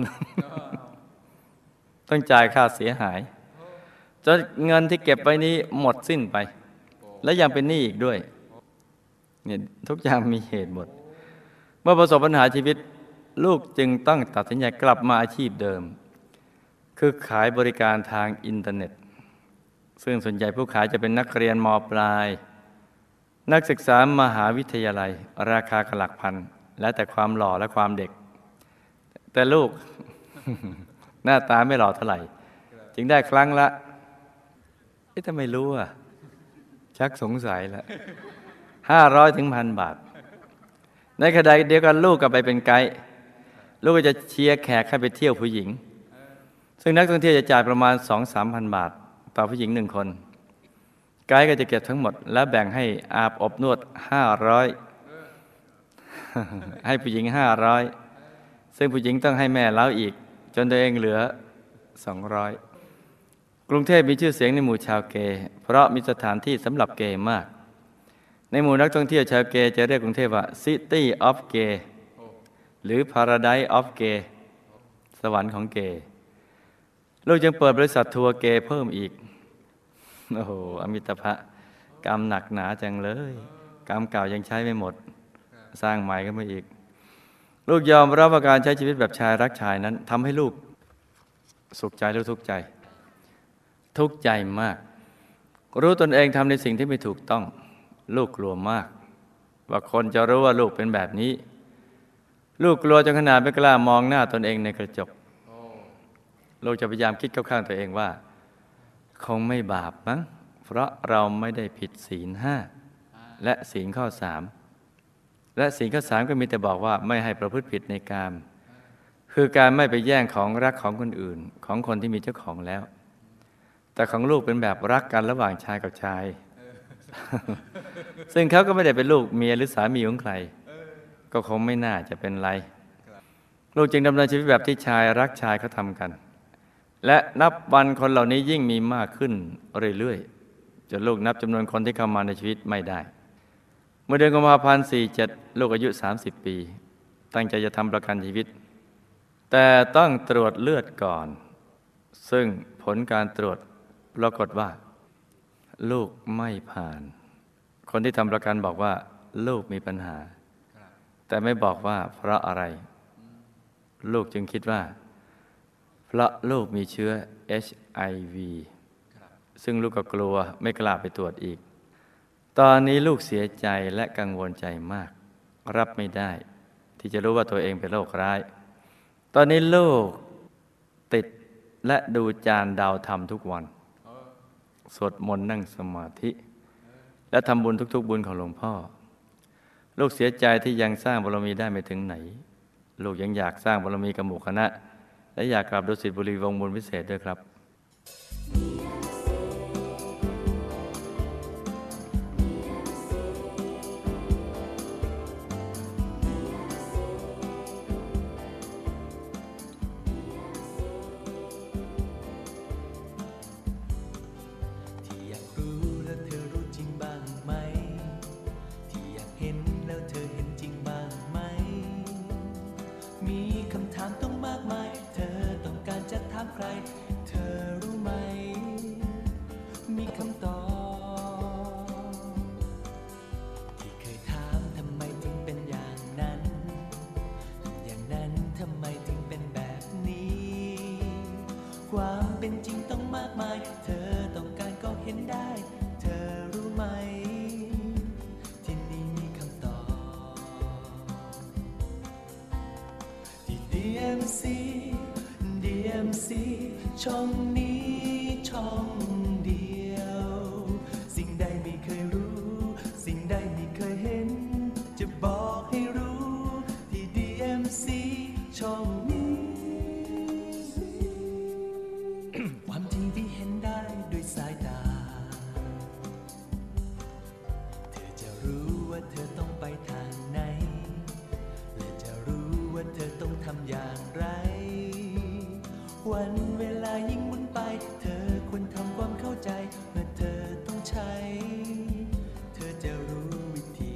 ต้องจ่ายค่าเสียหายจนเงินที่เก็บไว้นี้หมดสิ้นไปและยังเป็นหนี้อีกด้วยเนี่ยทุกอย่างมีเหตุหมดเมื่อประสบปัญหาชีวิตลูกจึงต้องตัดสินใจกลับมาอาชีพเดิมคือขายบริการทางอินเทอร์เน็ตซึ่งส่วนใหญ่ผู้ขายจะเป็นนักเรียนม.ปลายนักศึกษามหาวิทยาลัยราคากหลักพันแล้วแต่ความหล่อและความเด็กแต่ลูก หน้าตาไม่หล่อเท่าไหร่จึงได้ครั้งละเอ๊ะทำไมรู้อ่ะชักสงสัยแล้วห้าร้อยถึงพันบาทในขณะเดียวกันลูกก็ไปเป็นไกด์ลูกก็จะเชียร์แขกให้ไปเที่ยวผู้หญิงซึ่งนักท่องเที่ยวจะจ่ายประมาณ สองถึงสามพัน บาทต่อผู้หญิงหนึ่งคนไกด์ก็จะเก็บทั้งหมดและแบ่งให้อาบอบนวดห้าร้อยให้ผู้หญิงห้าร้อยซึ่งผู้หญิงต้องให้แม่เล้าอีกจนตัวเองเหลือสองร้อยกรุงเทพมีชื่อเสียงในหมู่ชาวเกย์เพราะมีสถานที่สำหรับเกย์มากในหมู่นักท่องเที่ยวชาวเกย์จะเรียกกรุงเทพว่า City of Gay หรือ Paradise of Gay สวรรค์ของเกย์ลูกจึงเปิดบริษัททัวร์เกย์เพิ่มอีกโอ้โหอมิตภะกรรมหนักหนาจังเลยกรรมเก่ายังใช้ไม่หมดสร้างใหม่กันมาอีกลูกยอมรับว่าการใช้ชีวิตแบบชายรักชายนั้นทำให้ลูกสุขใจหรือทุกข์ใจทุกข์ใจมากรู้ตนเองทำในสิ่งที่ไม่ถูกต้องลูกกลัวมากว่าคนจะรู้ว่าลูกเป็นแบบนี้ลูกกลัวจนขนาดไม่กล้ามองหน้าตนเองในกระจกลูกจะพยายามคิดเข้าข้างตัวเองว่าคงไม่บาปมั้งเพราะเราไม่ได้ผิดศีลห้าและศีลข้อสามและศีลข้อสามก็มีแต่บอกว่าไม่ให้ประพฤติผิดในกามคือการไม่ไปแย่งของรักของคนอื่นของคนที่มีเจ้าของแล้วแต่ของลูกเป็นแบบรักกันระหว่างชายกับชาย ซึ่งเขาก็ไม่ได้เป็นลูกเมียหรือสามีของใครก็คงไม่น่าจะเป็นไรลูกจึงดำเนินชีวิตแบบที่ชายรักชายเขาทำกันและนับวันคนเหล่านี้ยิ่งมีมากขึ้นเรื่อยๆจจนลูกนับจำนวนคนที่เข้ามาในชีวิตไม่ได้เมื่อเดือนกุมภาพันธ์สี่เจ็ดลูกอายุสามสิบปีตั้งใจจะทำประกันชีวิตแต่ต้องตรวจเลือดก่อนซึ่งผลการตรวจปรากฏว่าลูกไม่ผ่านคนที่ทำประกันบอกว่าลูกมีปัญหาแต่ไม่บอกว่าเพราะอะไรลูกจึงคิดว่าเพราะลูกมีเชื้อ เอช ไอ วี ซึ่งลูกก็กลัวไม่กล้าไปตรวจอีกตอนนี้ลูกเสียใจและกังวลใจมากรับไม่ได้ที่จะรู้ว่าตัวเองเป็นโรคร้ายตอนนี้ลูกติดและดูจานดาวธรรมทุกวันสวดมนต์นั่งสมาธิและทำบุญทุกๆบุญของหลวงพ่อลูกเสียใจที่ยังสร้างบารมีได้ไม่ถึงไหนลูกยังอยากสร้างบารมีกับหมู่คณะและอยากกราบดุสิตบุรีวงศ์บุญพิเศษด้วยครับใครเธอรู้ไหมมีคำตอบที่เคยถามทำไมถึงเป็นอย่างนั้นอย่างนั้นทำไมถึงเป็นแบบนี้ความเป็นจริงต้องมากมายเธอต้องการก็เห็นได้เธอรู้ไหมที่นี่มีคำตอบที่ ดี เอ็ม ซี ดี เอ็ม ซี ช่องนี้ช่องเดียวสิ่งใดไม่เคยรู้สิ่งใดไม่เคยเห็นจะบอกให้รู้ที่ ดี เอ็ม ซี ช่องนี้ ความจริงที่เห็นได้ด้วยสายตาเธอจะรู้ว่าเธอต้องไปทางไหนและจะรู้ว่าเธอต้องทำอย่างไรวันเวลายิ่งหมุนไปเธอควรทำความเข้าใจเมื่อเธอต้องใช้เธอจะรู้วิธี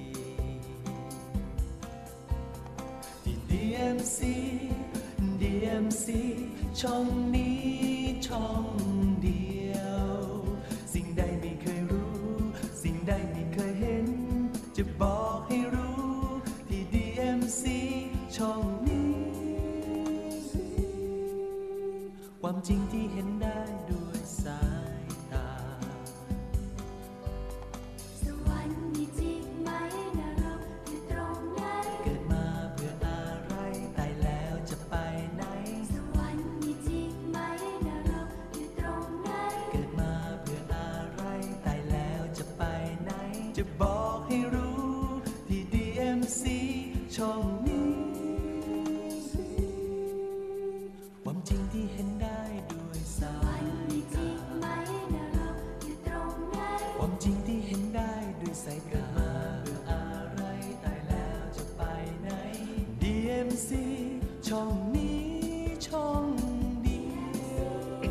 ที่ ดี เอ็ม ซี ดี เอ็ม ซี ช่องนี้ช่องเดียวสิ่งใดไม่เคยรู้สิ่งใดไม่เคยเห็นจะบอกให้รู้ที่ ดี เอ็ม ซี ช่องนี้ความจริงที่เห็นได้ด้วยสายตาสวรรค์มีจริงไหมนรกอยู่ตรงไหนเกิดมาเพื่ออะไรตายแล้วจะไปไหนสวรรค์มีจริงไหมนรกอยู่ตรงไหนเกิดมาเพื่ออะไรตายแล้วจะไปไหนจะบอกให้รู้ที่ ดี เอ็ม ซี ช่องนี้ความจริงที่เห็นได้ด้วยสายตาความจริงที่เห็นได้ด้วยสายตาเพื่ออะไรตายแล้วจะไปไหน ดี เอ็ม ซี ช่องนี้ช่องเดียว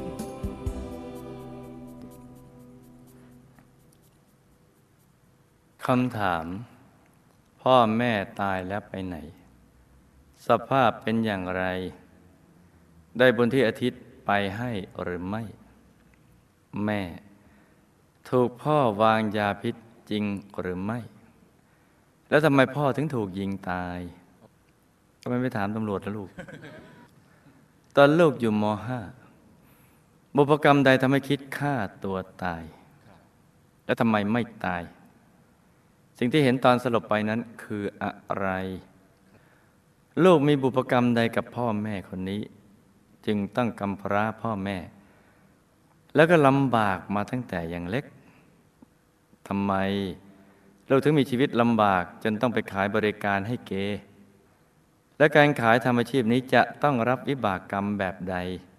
คำถามพ่อแม่ตายแล้วไปไหนสภาพเป็นอย่างไรได้บุญที่อาทิตย์ไปให้หรือไม่แม่ถูกพ่อวางยาพิษจริงหรือไม่แล้วทำไมพ่อถึงถูกยิงตายทำไมไม่ถามตำรวจล่ะลูก ตอนลูกอยู่ม ห้า บุพกรรมใดทำให้คิดฆ่าตัวตายแล้วทำไมไม่ตายสิ่งที่เห็นตอนสลบไปนั้นคืออะไรลูกมีบุพกรรมใดกับพ่อแม่คนนี้จึงต้องกำพร้าพ่อแม่แล้วก็ลำบากมาตั้งแต่ยังเล็กทำไมลูกถึงมีชีวิตลำบากจนต้องไปขายบริการให้เกย์และการขายทำอาชีพนี้จะต้องรับวิบากกรรมแบบใด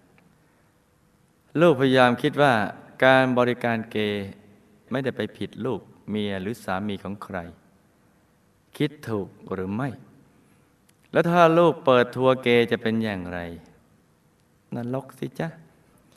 ลูกพยายามคิดว่าการบริการเกย์ไม่ได้ไปผิดลูกเมียหรือสามีของใครคิดถูกหรือไม่แล้วถ้าลูกเปิดทัวร์เกย์จะเป็นอย่างไรนรกสิจ๊ะ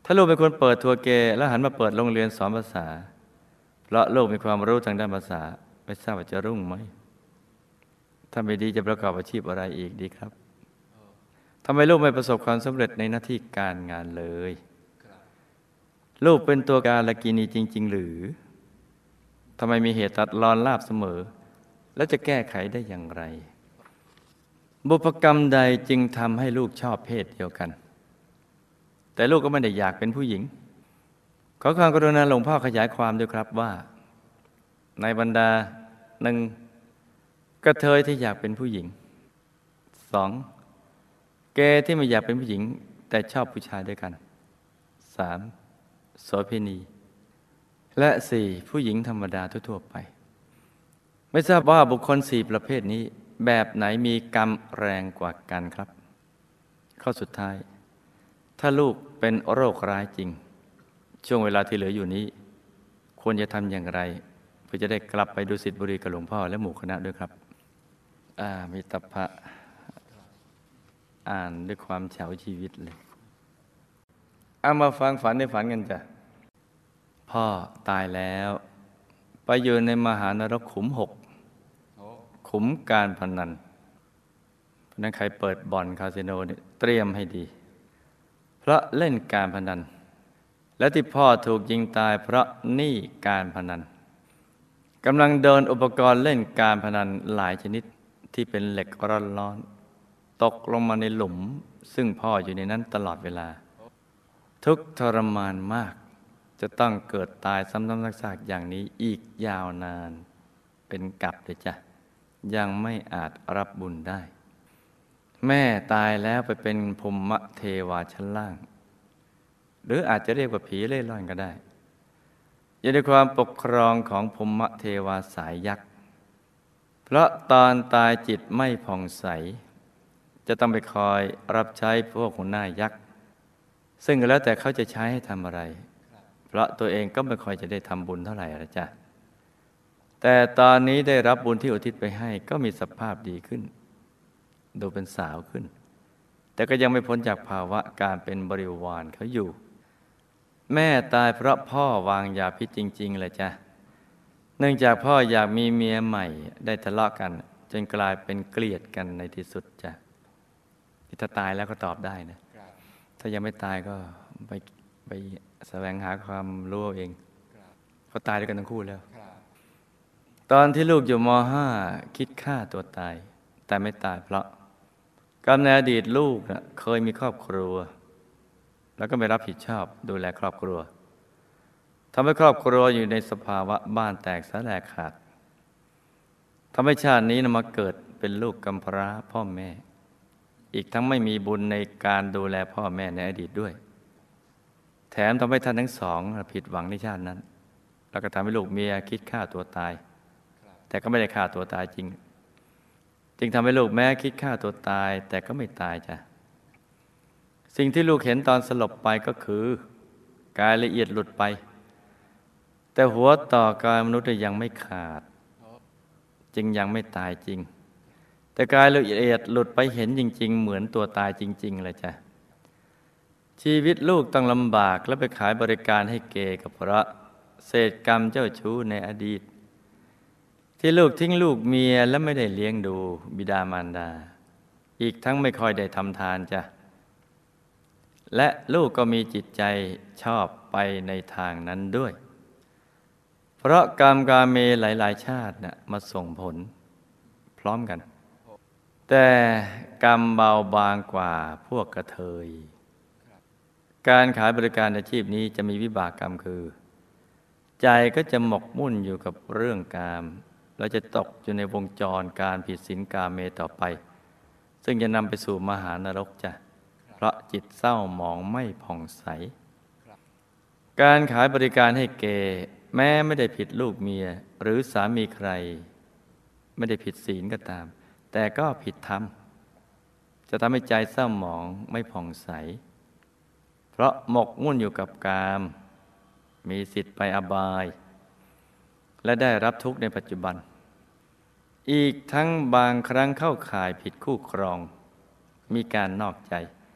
ถ้าลูกเป็นคนเปิดทัวร์เกย์แล้วหันมาเปิดโรงเรียนสอนภาษาเพราะลูกมีความรู้ทางด้านภาษาไม่ทราบว่าจะรุ่งไหมถ้าไม่ดีจะประกอบอาชีพอะไรอีกดีครับทำไมลูกไม่ประสบความสำเร็จในหน้าที่การงานเลยลูกเป็นตัวการละกินีจริงๆหรือทำไมมีเหตุตัดรอนลาบเสมอแล้วจะแก้ไขได้อย่างไรบุพกรรมใดจึงทำให้ลูกชอบเพศเดียวกันแต่ลูกก็ไม่ได้อยากเป็นผู้หญิงขอความกรุณาหลวงพ่อขยายความด้วยครับว่าในบรรดาหนึ่งกระเทยที่อยากเป็นผู้หญิงสองเกย์ที่ไม่อยากเป็นผู้หญิงแต่ชอบผู้ชายด้วยกันสามโสเภณีและสี่ผู้หญิงธรรมดาทั่วๆไปไม่ทราบว่าบุคคลสี่ประเภทนี้แบบไหนมีกรรมแรงกว่ากันครับข้อสุดท้ายถ้าลูกเป็นโรคร้ายจริงช่วงเวลาที่เหลืออยู่นี้ควรจะทำอย่างไรเพื่อจะได้กลับไปดุสิตบุรีกับหลวงพ่อและหมู่คณะด้วยครับอ่ามีตัพพะอ่านด้วยความเฉาชีวิตเลยเอามาฟังฝันในฝันกันจ้ะพ่อตายแล้วไปอยู่ในมหานรกขุมหกขุมการพนันเพราะนั้นใครเปิดบ่อนคาสิโนเนี่ยเตรียมให้ดีเพราะเล่นการพนันและที่พ่อถูกยิงตายเพราะหนี้การพนันกำลังโดนอุปกรณ์เล่นการพนันหลายชนิดที่เป็นเหล็กร้อนๆตกลงมาในหลุมซึ่งพ่ออยู่ในนั้นตลอดเวลาทุกข์ทรมานมากจะต้องเกิดตายซ้ำๆซากๆอย่างนี้อีกยาวนานเป็นกลับเลยจ้ะยังไม่อาจรับบุญได้แม่ตายแล้วไปเป็นพรหมเทวาชั้นล่างหรืออาจจะเรียกว่าผีเล่ร่อนก็ได้อยู่ในความปกครองของพรหมเทวาสายยักษ์เพราะตอนตายจิตไม่ผ่องใสจะต้องไปคอยรับใช้พวกหัวหน้ายักษ์ซึ่งแล้วแต่เขาจะใช้ให้ทำอะไรเพราะตัวเองก็ไม่ค่อยจะได้ทำบุญเท่าไหร่ละจ้ะแต่ตอนนี้ได้รับบุญที่อุทิศไปให้ก็มีสภาพดีขึ้นดูเป็นสาวขึ้นแต่ก็ยังไม่พ้นจากภาวะการเป็นบริวารเขาอยู่แม่ตายเพราะพ่อวางยาพิษจริงๆเลยจ้ะเนื่องจากพ่ออยากมีเมียใหม่ได้ทะเลาะกันจนกลายเป็นเกลียดกันในที่สุดจ้ะถ้าตายแล้วก็ตอบได้นะถ้ายังไม่ตายก็ไปไปแสวงหาความรู้เองเขาตายด้วยกันทั้งคู่แล้วตอนที่ลูกอยู่ม ห้า คิดฆ่าตัวตายแต่ไม่ตายเพราะกรรมในอดีตลูกนะเคยมีครอบครัวแล้วก็ไม่รับผิดชอบดูแลครอบครัวทำให้ครอบครัวอยู่ในสภาวะบ้านแตกสลายขาดทำให้ชาตินี้นะมาเกิดเป็นลูกกำพร้าพ่อแม่อีกทั้งไม่มีบุญในการดูแลพ่อแม่ในอดีตด้วยแถมทำให้ท่านทั้งสองผิดหวังในชาตินั้นแล้วก็ทำให้ลูกเมียคิดฆ่าตัวตายแต่ก็ไม่ได้ฆ่าตัวตายจริงจึงทำให้ลูกแม้คิดฆ่าตัวตายแต่ก็ไม่ตายจ้ะสิ่งที่ลูกเห็นตอนสลบไปก็คือกายละเอียดหลุดไปแต่หัวต่อกายมนุษย์ยังไม่ขาดจึงยังไม่ตายจริงแต่กายละเอียดหลุดไปเห็นจริงๆเหมือนตัวตายจริงๆเลยจ้ะชีวิตลูกต้องลำบากและไปขายบริการให้เกย์กับเพราะเศษกรรมเจ้าชู้ในอดีตที่ลูกทิ้งลูกเมียและไม่ได้เลี้ยงดูบิดามารดาอีกทั้งไม่ค่อยได้ทำทานจ้ะและลูกก็มีจิตใจชอบไปในทางนั้นด้วยเพราะกรรมกาเมหลายๆชาติน่ะมาส่งผลพร้อมกันแต่กรรมเบาบางกว่าพวกกระเทยการขายบริการอาชีพนี้จะมีวิบากกรรมคือใจก็จะหมกมุ่นอยู่กับเรื่องกามเราจะตกอยู่ในวงจรการผิดศีลกาเมต่อไปซึ่งจะนำไปสู่มหานรกจ้ะเพราะจิตเศร้าหมองไม่ผ่องใสการขายบริการให้เกย์แม้ไม่ได้ผิดลูกเมียหรือสามีใครไม่ได้ผิดศีลก็ตามแต่ก็ผิดธรรมจะทำให้ใจเศร้าหมองไม่ผ่องใสเพราะหมกมุ่นอยู่กับกามมีสิทธิ์ไปอบายและได้รับทุกข์ในปัจจุบันอีกทั้งบางครั้งเข้าข่ายผิดคู่ครองมีการนอกใจ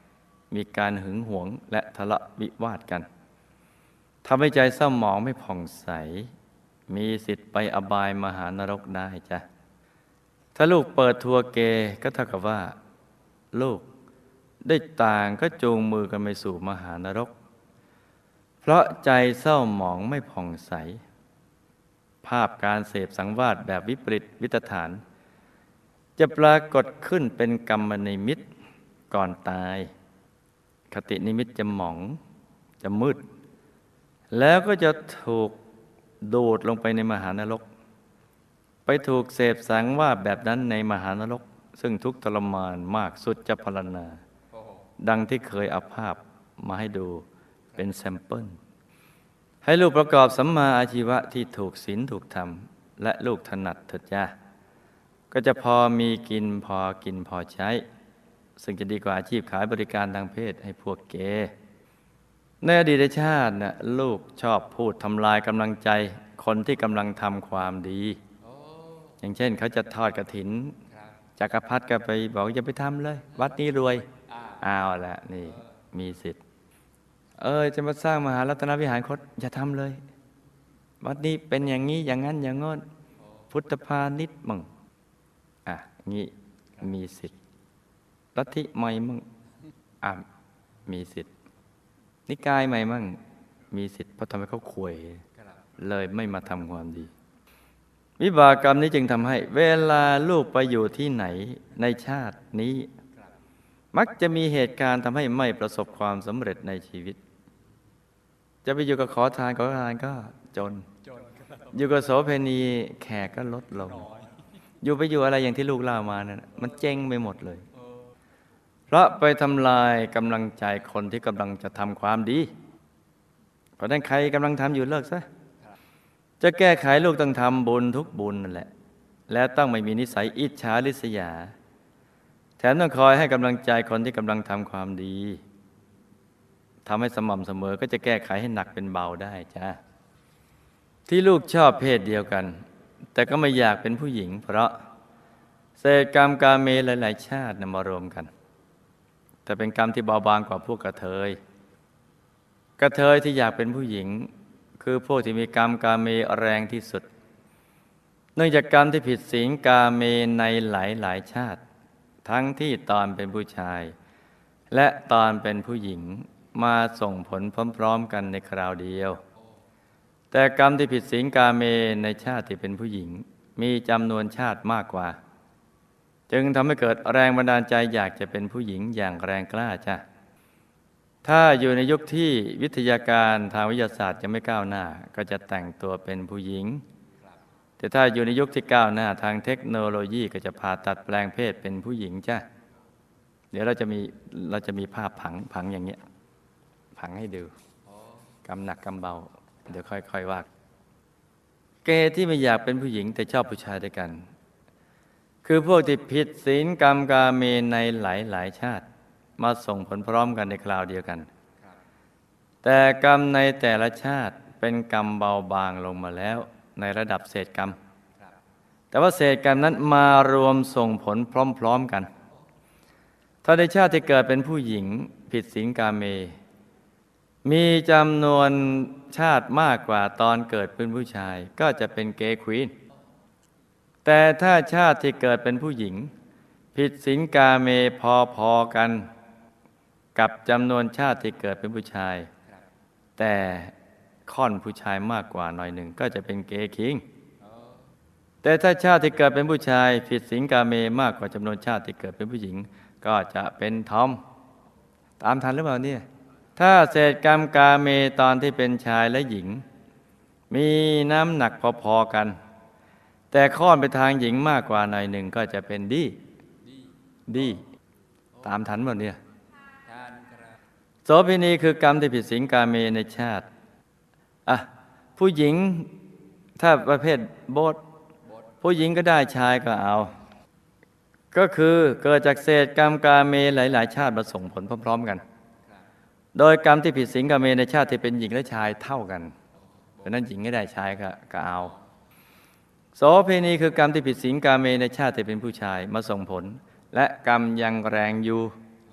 มีการหึงหวงและทะเลาะวิวาทกันทำให้ใจเศร้าหมองไม่ผ่องใสมีสิทธิ์ไปอบายมหานรกได้จ้ะถ้าลูกเปิดทัวร์เกย์ก็เท่ากับว่าลูกได้ต่างก็จูงมือกันไปสู่มหานรกเพราะใจเศร้าหมองไม่ผ่องใสภาพการเสพสังวาสแบบวิปริตวิตฐานจะปรากฏขึ้นเป็นกรรมนิมิตก่อนตายคตินิมิตจะหมองจะมืดแล้วก็จะถูกดูดลงไปในมหานรกไปถูกเสพสังวาสแบบนั้นในมหานรกซึ่งทุกข์ทรมานมากสุดจะพรรณนาดังที่เคยเอาภาพมาให้ดูเป็นแซมเปิลให้ลูกประกอบสัมมาอาชีวะที่ถูกศีลถูกธรรมและลูกถนัดเถิดจ้าก็จะพอมีกินพอกินพอใช้ซึ่งจะดีกว่าอาชีพขายบริการทางเพศให้พวกเกย์ในอดีตชาตินะลูกชอบพูดทำลายกำลังใจคนที่กำลังทำความดีอย่างเช่นเขาจะทอดกฐินจักรพรรดิก็ไปบอกอย่าไปทำเลยวัดนี้รวยอ้าวละนี่มีสิทธิ์เออจะมาสร้างมหารัตนวิหารคตอย่าทำเลยวัดนี้เป็นอย่างนี้อย่างนั้นอย่างงอนพุทธพาณิชย์มั่งอ่ะงี้มีสิทธิ์ลัทธิใหม่มั่งอ่ะมีสิทธิ์นิกายใหม่มั่งมีสิทธิ์เพราะทำให้เขาขวยเลยไม่มาทำความดีวิบากกรรมนี้จึงทำให้เวลาลูกไปอยู่ที่ไหนในชาตินี้มักจะมีเหตุการณ์ทำให้ไม่ประสบความสำเร็จในชีวิตจะไปอยู่กับขอทานขอทานก็จนอยู่กับโสเภณีแขกก็ลดลงอยู่ไปอยู่อะไรอย่างที่ลูกเล่ามานั่นมันเจ๊งไปหมดเลยเพราะไปทำลายกำลังใจคนที่กำลังจะทำความดีเพราะนั้นใครกำลังทำอยู่เลิกซะจะแก้ไขลูกต้องทำบุญทุกบุญนั่นแหละแล้วต้องไม่มีนิสัยอิจฉาริษยาแถมต้องคอยให้กำลังใจคนที่กำลังทำความดีทำให้สม่ำเสมอก็จะแก้ไขให้หนักเป็นเบาได้จ้าที่ลูกชอบเพศเดียวกันแต่ก็ไม่อยากเป็นผู้หญิงเพราะเศษกรรมกาเมหลายๆชาตินำมารวมกันแต่เป็นกรรมที่เบาบางกว่าพวกกระเทยกระเทยที่อยากเป็นผู้หญิงคือพวกที่มีกรรมกาเมแรงที่สุดเนื่องจากกรรมที่ผิดศีลกาเมในหลายๆชาติทั้งที่ตอนเป็นผู้ชายและตอนเป็นผู้หญิงมาส่งผลพร้อมๆกันในคราวเดียวแต่กรรมที่ผิดศีลกาเมในชาติที่เป็นผู้หญิงมีจำนวนชาติมากกว่าจึงทำให้เกิดแรงบันดาลใจอยากจะเป็นผู้หญิงอย่างแรงกล้าจ้ะถ้าอยู่ในยุคที่วิทยาการทางวิทยาศาสตร์ยังไม่ก้าวหน้าก็จะแต่งตัวเป็นผู้หญิงแต่ถ้าอยู่ในยุคที่ก้าวหน้าทางเทคโนโลยีก็จะผ่าตัดแปลงเพศเป็นผู้หญิงจ้ะเดี๋ยวเราจะมีเราจะมีภาพผังผังอย่างเงี้ยผังให้ดูกำหนักกำเบาเดี๋ยวค่อยๆว่าเกย์ที่ไม่อยากเป็นผู้หญิงแต่ชอบผู้ชายด้วยกันคือพวกที่ผิดศีลกรรมกาเมในหลายๆชาติมาส่งผลพร้อมกันในคราวเดียวกันแต่กรรมในแต่ละชาติเป็นกรรมเบาบางลงมาแล้วในระดับเศษกรรมแต่ว่าเศษกรรมนั้นมารวมส่งผลพร้อมๆกันถ้าในชาติที่เกิดเป็นผู้หญิงผิดศีลกาเมมีจำนวนชาติมากกว่าตอนเกิดเป็นผู้ชายก็จะเป็นเกย์ควีนแต่ถ้าชาติที่เกิดเป็นผู้หญิงผิดศีลกาเมพอๆกันกับจำนวนชาติที่เกิดเป็นผู้ชายแต่ค่อนผู้ชายมากกว่าหน่อยหนึ่งก็จะเป็นเกย์คิงแต่ถ้าชาติที่เกิดเป็นผู้ชายผิดศีลกาเมมากกว่าจำนวนชาติที่เกิดเป็นผู้หญิงก็จะเป็นทอมตามทันหรือเปล่าเนี่ยถ้าเศษกรรมกาเมตอนที่เป็นชายและหญิงมีน้ำหนักพอๆกันแต่ค่อนไปทางหญิงมากกว่าหน่อยหนึ่งก็จะเป็นดีดีตามทันหมดเนี่ยโสเภณีคือกรรมที่ผิดศีลกาเมในชาติอ่ะผู้หญิงถ้าประเภทโบสผู้หญิงก็ได้ชายก็เอาก็คือเกิดจากเศษกรรมกาเมหลายๆชาติมาส่งผลพร้อมๆกันโดยกรรมที่ผิดศีลกาเมในชาติที่เป็นหญิงและชายเท่ากันเพราะนั้นหญิงก็ได้ชายก็ก็เอาโสเภณีคือกรรมที่ผิดศีลกาเมในชาติที่เป็นผู้ชายมาส่งผลและกรรมยังแรงอยู่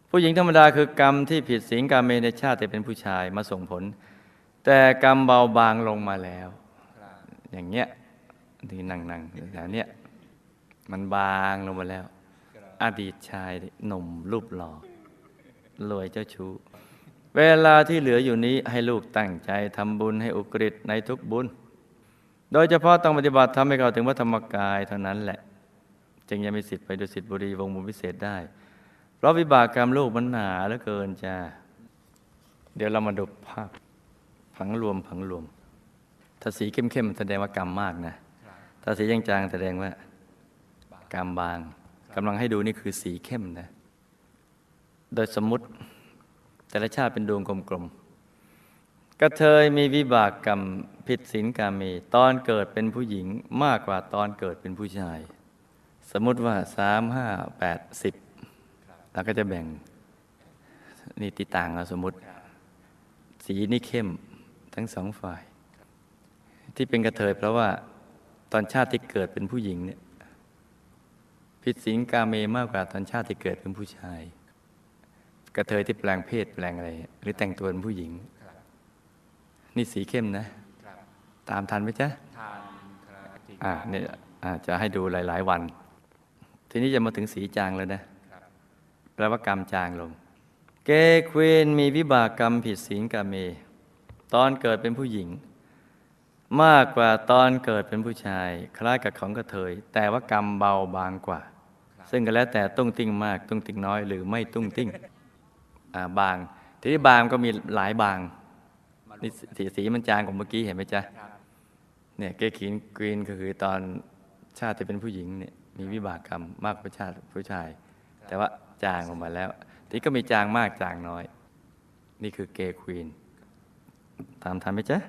ผู้หญิงธรรมดาคือกรรมที่ผิดศีลกาเมในชาติแต่เป็นผู้ชายมาส่งผลแต่กรรมเบาบางลงมาแล้วอย่างเงี้ยที่นั่งนั่งแต่เนี้ยมันบางลงมาแล้วอดีตชายหนุ่มรูปหล่อรวยเจ้าชู้เวลาที่เหลืออยู่นี้ให้ลูกตั้งใจทำบุญให้อุกฤษในทุกบุญโดยเฉพาะต้องปฏิบัติทำให้เข้าถึงพระธรรมกายเท่านั้นแหละจึงยังมีสิทธิ์ไปดุสิตบุรีวงบุญพิเศษได้เพราะวิบากกรรมลูกมันหนาเหลือเกินจ้าเดี๋ยวเรามาดูภาพผังรวมผังรวมถ้าสีเข้มๆแสดงว่ากรรมมากนะถ้าสีจางๆแสดงว่ากรรมบางกำลังให้ดูนี่คือสีเข้มนะโดยสมมุติแต่ละชาติเป็นดวงกลมๆกระเทยมีวิบากกรรมผิดศีลกาเมตอนเกิดเป็นผู้หญิงมากกว่าตอนเกิดเป็นผู้ชายสมมุติว่าสามห้าแปดสิบเราก็จะแบ่งนี่ติต่างเราสมมุติสีนี่เข้มทั้งสองฝ่ายที่เป็นกระเทยเพราะว่าตอนชาติที่เกิดเป็นผู้หญิงเนี่ยผิดศีลกาเมมากกว่าตอนชาติที่เกิดเป็นผู้ชายกระเทยที่แปลงเพศแปลงอะไรหรือแต่งตัวเป็นผู้หญิงนี่สีเข้มนะตามทันไหมจ๊ะอ่าเนี่ยอาจจะให้ดูหลายๆวันทีนี้จะมาถึงสีจางแล้วนะแปลว่ากรรมจางลงเกย์ควีนมีวิบากกรรมผิดศีลกาเมตอนเกิดเป็นผู้หญิงมากกว่าตอนเกิดเป็นผู้ชายคล้ายกับของกระเทยแต่ว่ากรรมเบาบางกว่าซึ่งก็แล้วแต่ตุ้งติ้งมากตุ้งติ้งน้อยหรือไม่ตุ้งติ้งอ่าบางทีนี้บางก็มีหลายบางนี่สีสีมันจางกว่าเมื่อกี้เห็นไหมจ๊ะเนี่ยเกย์ควีนกรีนก็คือตอนชาติที่เป็นผู้หญิงเนี่ยมีวิบากกรรมมากกว่าชาติผู้ชายแต่ว่าจางออกมาแล้วทีก็มีจางมากจางน้อยนี่คือเกย์ควีนตามทันไหมจ๊ะ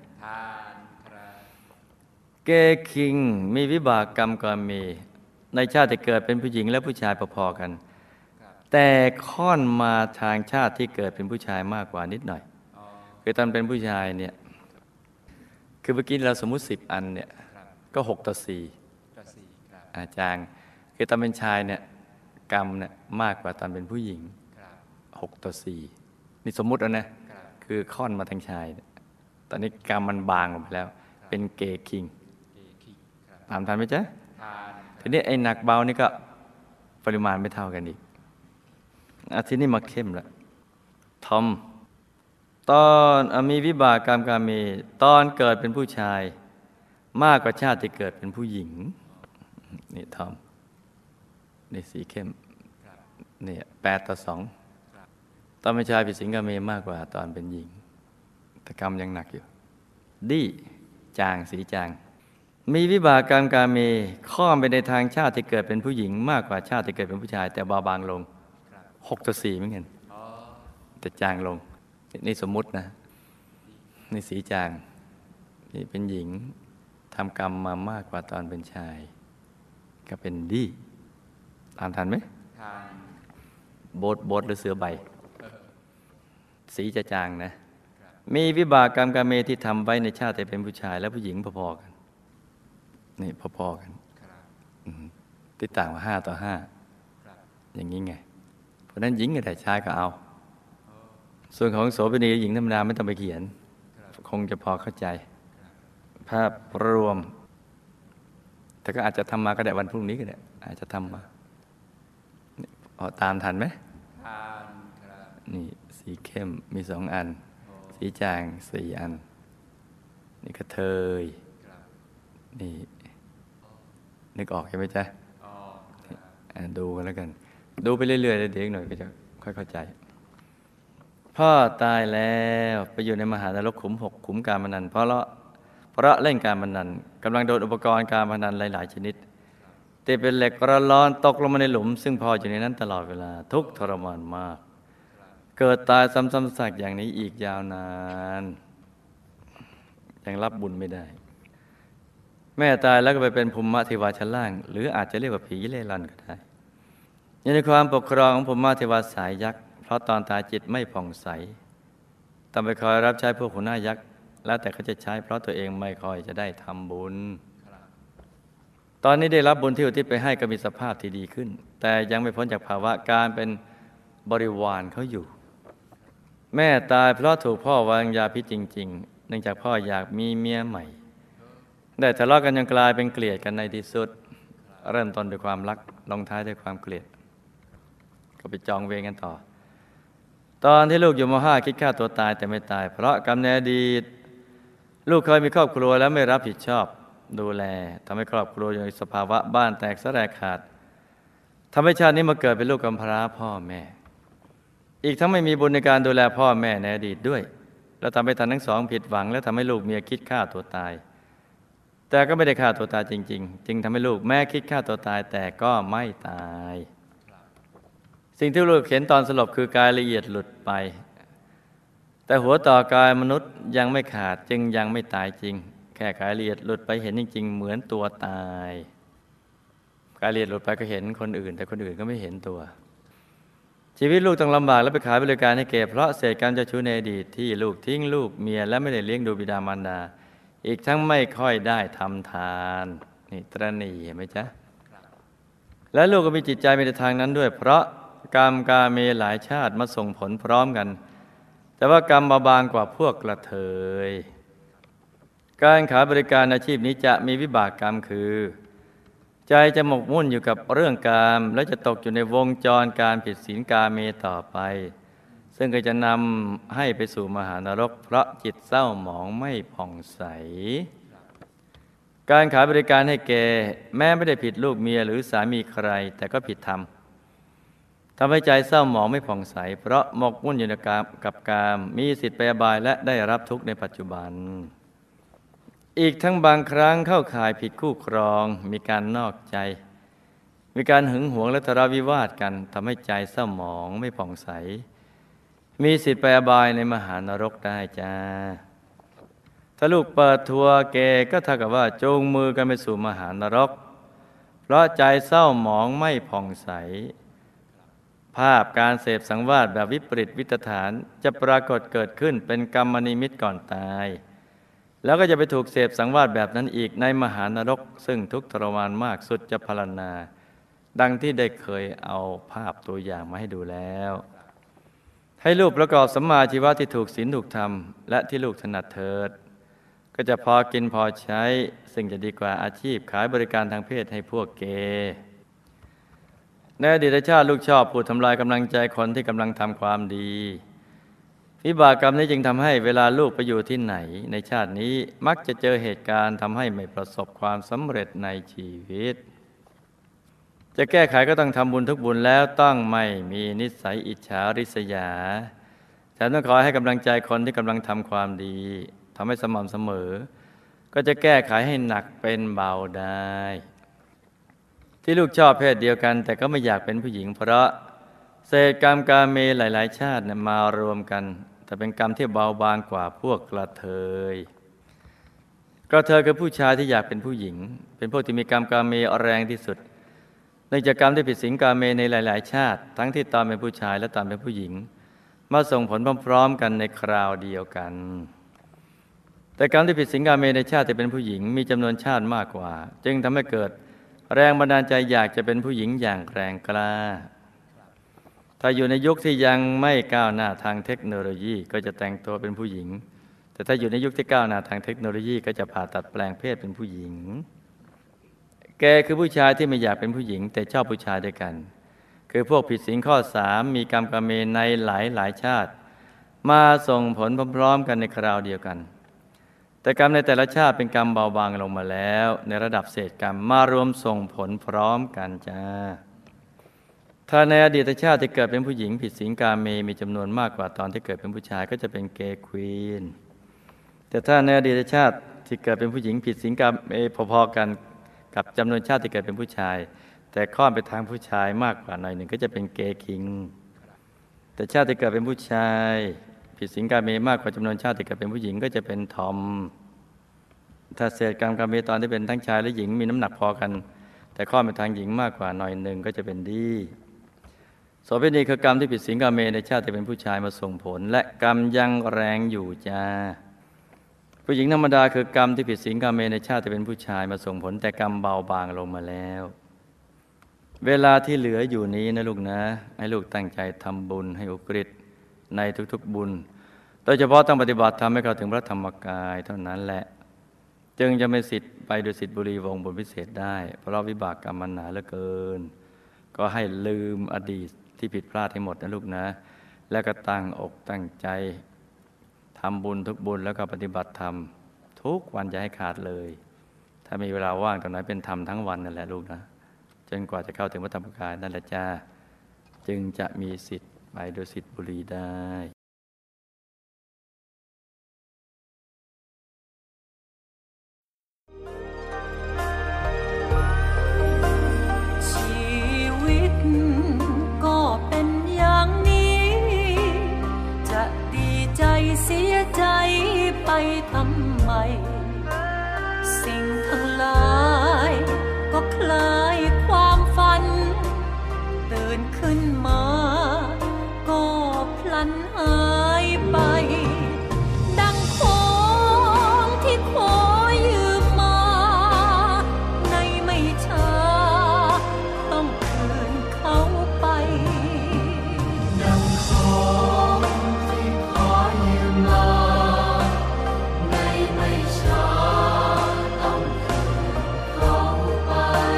เกย์คิงมีวิบากกรรมก็มีในชาติที่เกิดเป็นผู้หญิงและผู้ชายพอๆกันแต่ค่อนมาทางชาติที่เกิดเป็นผู้ชายมากกว่านิดหน่อยคือตอนเป็นผู้ชายเนี่ยคือเมื่อกี้เราสมมุติสิบอันเนี่ยก็หกต่อสี่อาจางคือตอนเป็นชายเนี่ยกรรมเนี่ยมากกว่าตอนเป็นผู้หญิงหกต่อสี่นี่สมมุติแล้วนะคือค่อนมาทางชายตอนนี้กรรมมันบางออกไปแล้วเป็นเกย์คิงตามทันไหมจ๊ะทีนี้ไอ้หนักเบานี่ก็ปริมาณไม่เท่ากันอีกอาทีนี้มาเข้มละทอมตอนมีวิบากกรรมกาเมตอนเกิดเป็นผู้ชายมากกว่าชาติที่เกิดเป็นผู้หญิงนี่ทอมนี่สีเข้มนี่แปดต่อสองตอนเป็นชายผิดศีลกาเมมากกว่าตอนเป็นหญิงแต่กรรมยังหนักอยู่ดีจางสีจางมีวิบากกรรมกาเมข้อมไปในทางชาติที่เกิดเป็นผู้หญิงมากกว่าชาติที่เกิดเป็นผู้ชายแต่เบาบางลงหกต่อสี่เหมือนกันแต่จางลงนี่สมมุตินะนี่สีจางนี่เป็นหญิงทำกรรมมามากกว่าตอนเป็นชายก็เป็นดีตามทันไหมโบทโบทหรือเสือใบสีจะจางนะมีวิบากกรรมกาเมที่ทำไว้ในชาติแต่เป็นผู้ชายและผู้หญิงพอๆกันนี่พอๆกันติดต่างว่าห้าต่อห้าอย่างนี้ไงเพราะนั้นหญิงกับแต่ชายก็เอาส่วนของโสเภณีหญิงธรรมดาไม่ต้องไปเขียนคงจะพอเข้าใจภาพรวมแต่ก็อาจจะทำมาก็ได้วันพรุ่งนี้ก็ได้อาจจะทำมาตามทันไหมนี่สีเข้มมีสองอันสีจางสี่อันนี่กระเทยนี่นึกออกใช่ไหมจ๊ะดูกันแล้วกันดูไปเรื่อยๆเดี๋ยวหน่อยก็จะค่อยเข้าใจพ่อตายแล้วไปอยู่ในมหานรกขุมหกขุมการพนันเพราะเพราะเล่นการพนันกำลังโดนอุปกรณ์การพนันหลายๆชนิดตีเป็นเหล็กร้อนตกลงมาในหลุมซึ่งพ่ออยู่ในนั้นตลอดเวลาทุกข์ทรมานมากเกิดตายซ้ำๆซากอย่างนี้อีกยาวนานยังรับบุญไม่ได้แม่ตายแล้วก็ไปเป็นภูมิเทวาชั้นล่างหรืออาจจะเรียกว่าผีเล่ร่อนก็ได้ในความปกครองของภูมิเทวาสายยักษ์เพราะตอนตายจิตไม่ผ่องใสต้องไปคอยรับใช้พวกหัวหน้ายักษ์แล้วแต่เขาจะใช้เพราะตัวเองไม่ค่อยจะได้ทำบุญตอนนี้ได้รับบุญที่อุทิศไปให้ก็มีสภาพที่ดีขึ้นแต่ยังไม่พ้นจากภาวะการเป็นบริวารเขาอยู่แม่ตายเพราะถูกพ่อวางยาพิษจริงๆเนื่องจากพ่ออยากมีเมียใหม่ได้ทะเลาะกันจนกลายเป็นเกลียดกันในที่สุดเริ่มต้นด้วยความรักลงท้ายด้วยความเกลียดก็ไปจองเวรกันต่อตอนที่ลูกอยู่ม ห้า คิดฆ่าตัวตายแต่ไม่ตายเพราะกรรมในอดีตลูกเคยมีครอบครัวแล้วไม่รับผิดชอบดูแลทำให้ครอบครัวอยู่ในสภาวะบ้านแตกสลายขาดทำให้ชาตินี้มาเกิดเป็นลูกกำพร้าพ่อแม่อีกทั้งไม่มีบุญในการดูแลพ่อแม่ในอดีตด้วยแล้วทำให้ท่านทั้งสองผิดหวังและทำให้ลูกเมียคิดฆ่าตัวตายแต่ก็ไม่ได้ฆ่าตัวตายจริงๆจึงทำให้ลูกแม่คิดฆ่าตัวตายแต่ก็ไม่ตายสิ่งที่ลูกเห็นตอนสลบคือกายละเอียดหลุดไปแต่หัวต่อกายมนุษย์ยังไม่ขาดจึงยังไม่ตายจริงแค่กายละเอียดหลุดไปเห็นจริงๆเหมือนตัวตายกายละเอียดหลุดไปก็เห็นคนอื่นแต่คนอื่นก็ไม่เห็นตัวชีวิตลูกต้องลำบากและไปขายบริการให้แก่เพราะเศษกรรมเจ้าชู้ในอดีตที่ลูกทิ้งลูกเมียและไม่ได้เลี้ยงดูบิดามารดาอีกทั้งไม่ค่อยได้ทำทานนี่ตระหนี่เห็นไหมจ๊ะและลูกก็มีจิตใจไปในทางนั้นด้วยเพราะกรรมกาเมหลายชาติมาส่งผลพร้อมกันแต่ว่ากรรมเบาบางกว่าพวกกระเทยการขายบริการอาชีพนี้จะมีวิบากกรรมคือใจจะหมกมุ่นอยู่กับเรื่องกามและจะตกอยู่ในวงจรการผิดศีลกาเมต่อไปซึ่งก็จะนำให้ไปสู่มหานรกเพราะจิตเศร้าหมองไม่ผ่องใสการขายบริการให้แก่แม้ไม่ได้ผิดลูกเมียหรือสามีใครแต่ก็ผิดธรรมทำให้ใจเศร้าหมองไม่ผ่องใสเพราะหมกมุ่นอยู่ในกามกับกามมีสิทธิ์ไปอบายและได้รับทุกข์ในปัจจุบันอีกทั้งบางครั้งเข้าข่ายผิดคู่ครองมีการนอกใจมีการหึงหวงและทะเลาะวิวาทกันทำให้ใจเศร้าหมองไม่ผ่องใสมีสิทธิ์ไปอบายในมหานรกได้จ้าถ้าลูกเปิดทัวร์เกก็เท่ากับว่าจูงมือกันไปสู่มหานรกเพราะใจเศร้าหมองไม่ผ่องใสภาพการเสพสังวาสแบบวิปริตวิตฐานจะปรากฏเกิดขึ้นเป็นกรรมนิมิตก่อนตายแล้วก็จะไปถูกเสพสังวาสแบบนั้นอีกในมหานรกซึ่งทุกข์ทรมานมากสุดจะพรรณนาดังที่ได้เคยเอาภาพตัวอย่างมาให้ดูแล้วให้ลูกประกอบสัมมาชีวะที่ถูกศีลถูกธรรมและที่ลูกถนัดเถิดก็จะพอกินพอใช้ซึ่งจะดีกว่าอาชีพขายบริการทางเพศให้พวกเกย์ในอดีตชาติลูกชอบพูดทำลายกำลังใจคนที่กำลังทำความดีวิบากกรรมนี้จึงทำให้เวลาลูกไปอยู่ที่ไหนในชาตินี้มักจะเจอเหตุการณ์ทำให้ไม่ประสบความสำเร็จในชีวิตจะแก้ไขก็ต้องทำบุญทุกบุญแล้วต้องไม่มีนิสัยอิจฉาริษยาแถมต้องคอยให้กำลังใจคนที่กำลังทำความดีทำให้สม่ำเสมอก็จะแก้ไขให้หนักเป็นเบาได้ที่ลูกชอบเพศเดียวกันแต่ก็ไม่อยากเป็นผู้หญิงเพราะเศษกรรมกาเมหลายๆชาติมารวมกันแต่เป็นกรรมที่เบาบางกว่าพวกกระเทยกระเทยคือผู้ชายที่อยากเป็นผู้หญิงเป็นพวกที่มีกรรมกาเมแรงที่สุดเนื่องจากกรรมที่ผิดศีลกาเมในหลายๆชาติทั้งที่ตอนเป็นผู้ชายและตอนเป็นผู้หญิงมาส่งผลพร้อมๆกันในคราวเดียวกันแต่กรรมที่ผิดศีลกาเมในชาติที่เป็นผู้หญิงมีจำนวนชาติมากกว่าจึงทำให้เกิดแรงบันดาลใจอยากจะเป็นผู้หญิงอย่างแรงกล้าถ้าอยู่ในยุคที่ยังไม่ก้าวหน้าทางเทคโนโลยีก็จะแต่งตัวเป็นผู้หญิงแต่ถ้าอยู่ในยุคที่ก้าวหน้าทางเทคโนโลยีก็จะผ่าตัดแปลงเพศเป็นผู้หญิงแกคือผู้ชายที่ไม่อยากเป็นผู้หญิงแต่ชอบผู้ชายด้วยกันคือพวกผิดศีลข้อสามมีกรรมกาเมในหลายหลายชาติมาส่งผลพร้อมๆกันในคราวเดียวกันแต่กรรมในแต่ละชาติเป็นกรรมเบาบางลงมาแล้วในระดับเศษกรรมมารวมส่งผลพร้อมกันจ้าถ้าในอดีตชาติที่เกิดเป็นผู้หญิงผิดศีลกาเมมีจำนวนมากกว่าตอนที่เกิดเป็นผู้ชายก็จะเป็นเกย์ควีนแต่ถ้าในอดีตชาติที่เกิดเป็นผู้หญิงผิดศีลกาเมพอๆกันกับจำนวนชาติที่เกิดเป็นผู้ชายแต่ค่อนไปทางผู้ชายมากกว่าหน่อยหนึ่งก็จะเป็นเกย์คิงแต่ชาติที่เกิดเป็นผู้ชายผิดศีลกาเมมากกว่าจำนวนชาติที่เกิดเป็นผู้หญิงก็จะเป็นทอมถ้าเศษกรรมกาเมตอนที่เป็นทั้งชายและหญิงมีน้ำหนักพอกันแต่ค่อนไปทางหญิงมากกว่าหน่อยหนึ่งก็จะเป็นดีโสเภณีคือกรรมที่ผิดศีลกาเมในชาติที่เป็นผู้ชายมาส่งผลและกรรมยังแรงอยู่จ้าผู้หญิงธรรมดาคือกรรมที่ผิดศีลกาเมในชาติที่เป็นผู้ชายมาส่งผลแต่กรรมเบาบางลงมาแล้วเวลาที่เหลืออยู่นี้นะลูกนะให้ลูกตั้งใจทำบุญให้อุกฤษในทุกๆบุญโดยเฉพาะต้องปฏิบัติทำให้เข้าถึงพระธรรมกายเท่านั้นแหละจึงจะไม่สิทธิ์ไปดุสิตบุรีวงศ์บุญพิเศษได้เพราะวิบากกรรมมันหนาเหลือเกินก็ให้ลืมอดีตที่ผิดพลาดให้หมดนะลูกนะแล้วก็ตั้งอกตั้งใจทำบุญทุกบุญแล้วก็ปฏิบัติธรรมทุกวันอย่าให้ขาดเลยถ้ามีเวลาว่างตรงไหนเป็นธรรมทั้งวันนั่นแหละลูกนะจนกว่าจะเข้าถึงพระธรรมกายนั่นแหละจ้าจึงจะมีสิทธิ์ไปดุสิตบุรีได้ชีวิตก็เป็นอย่างนี้จะดีใจเสียใจไปทำไมสิ่งทั้งหลายก็คล้ายความฝันตื่นขึ้นมาก็พลันหายไปดังของที่ขอยืมมาในไม่ช้าต้องคืนเขาไปดังของที่ขอยืมมาในไม่ช้าต้องคืนเขาไป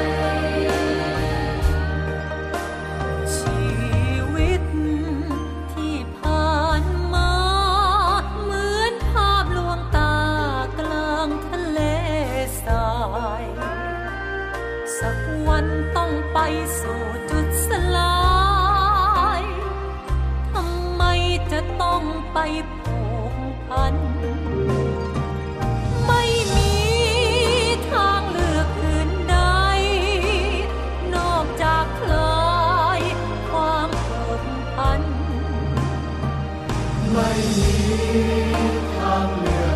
ชีวิตที่ผ่านมาเหมือนภาพลวงตากลางทะเลทรายสักวันต้องไปสู่จุดสลายทำไมจะต้องไปผูกพันไม่มีทางเลือกอื่นใดนอกจากคลายความผูกพันไม่มีทางเลือก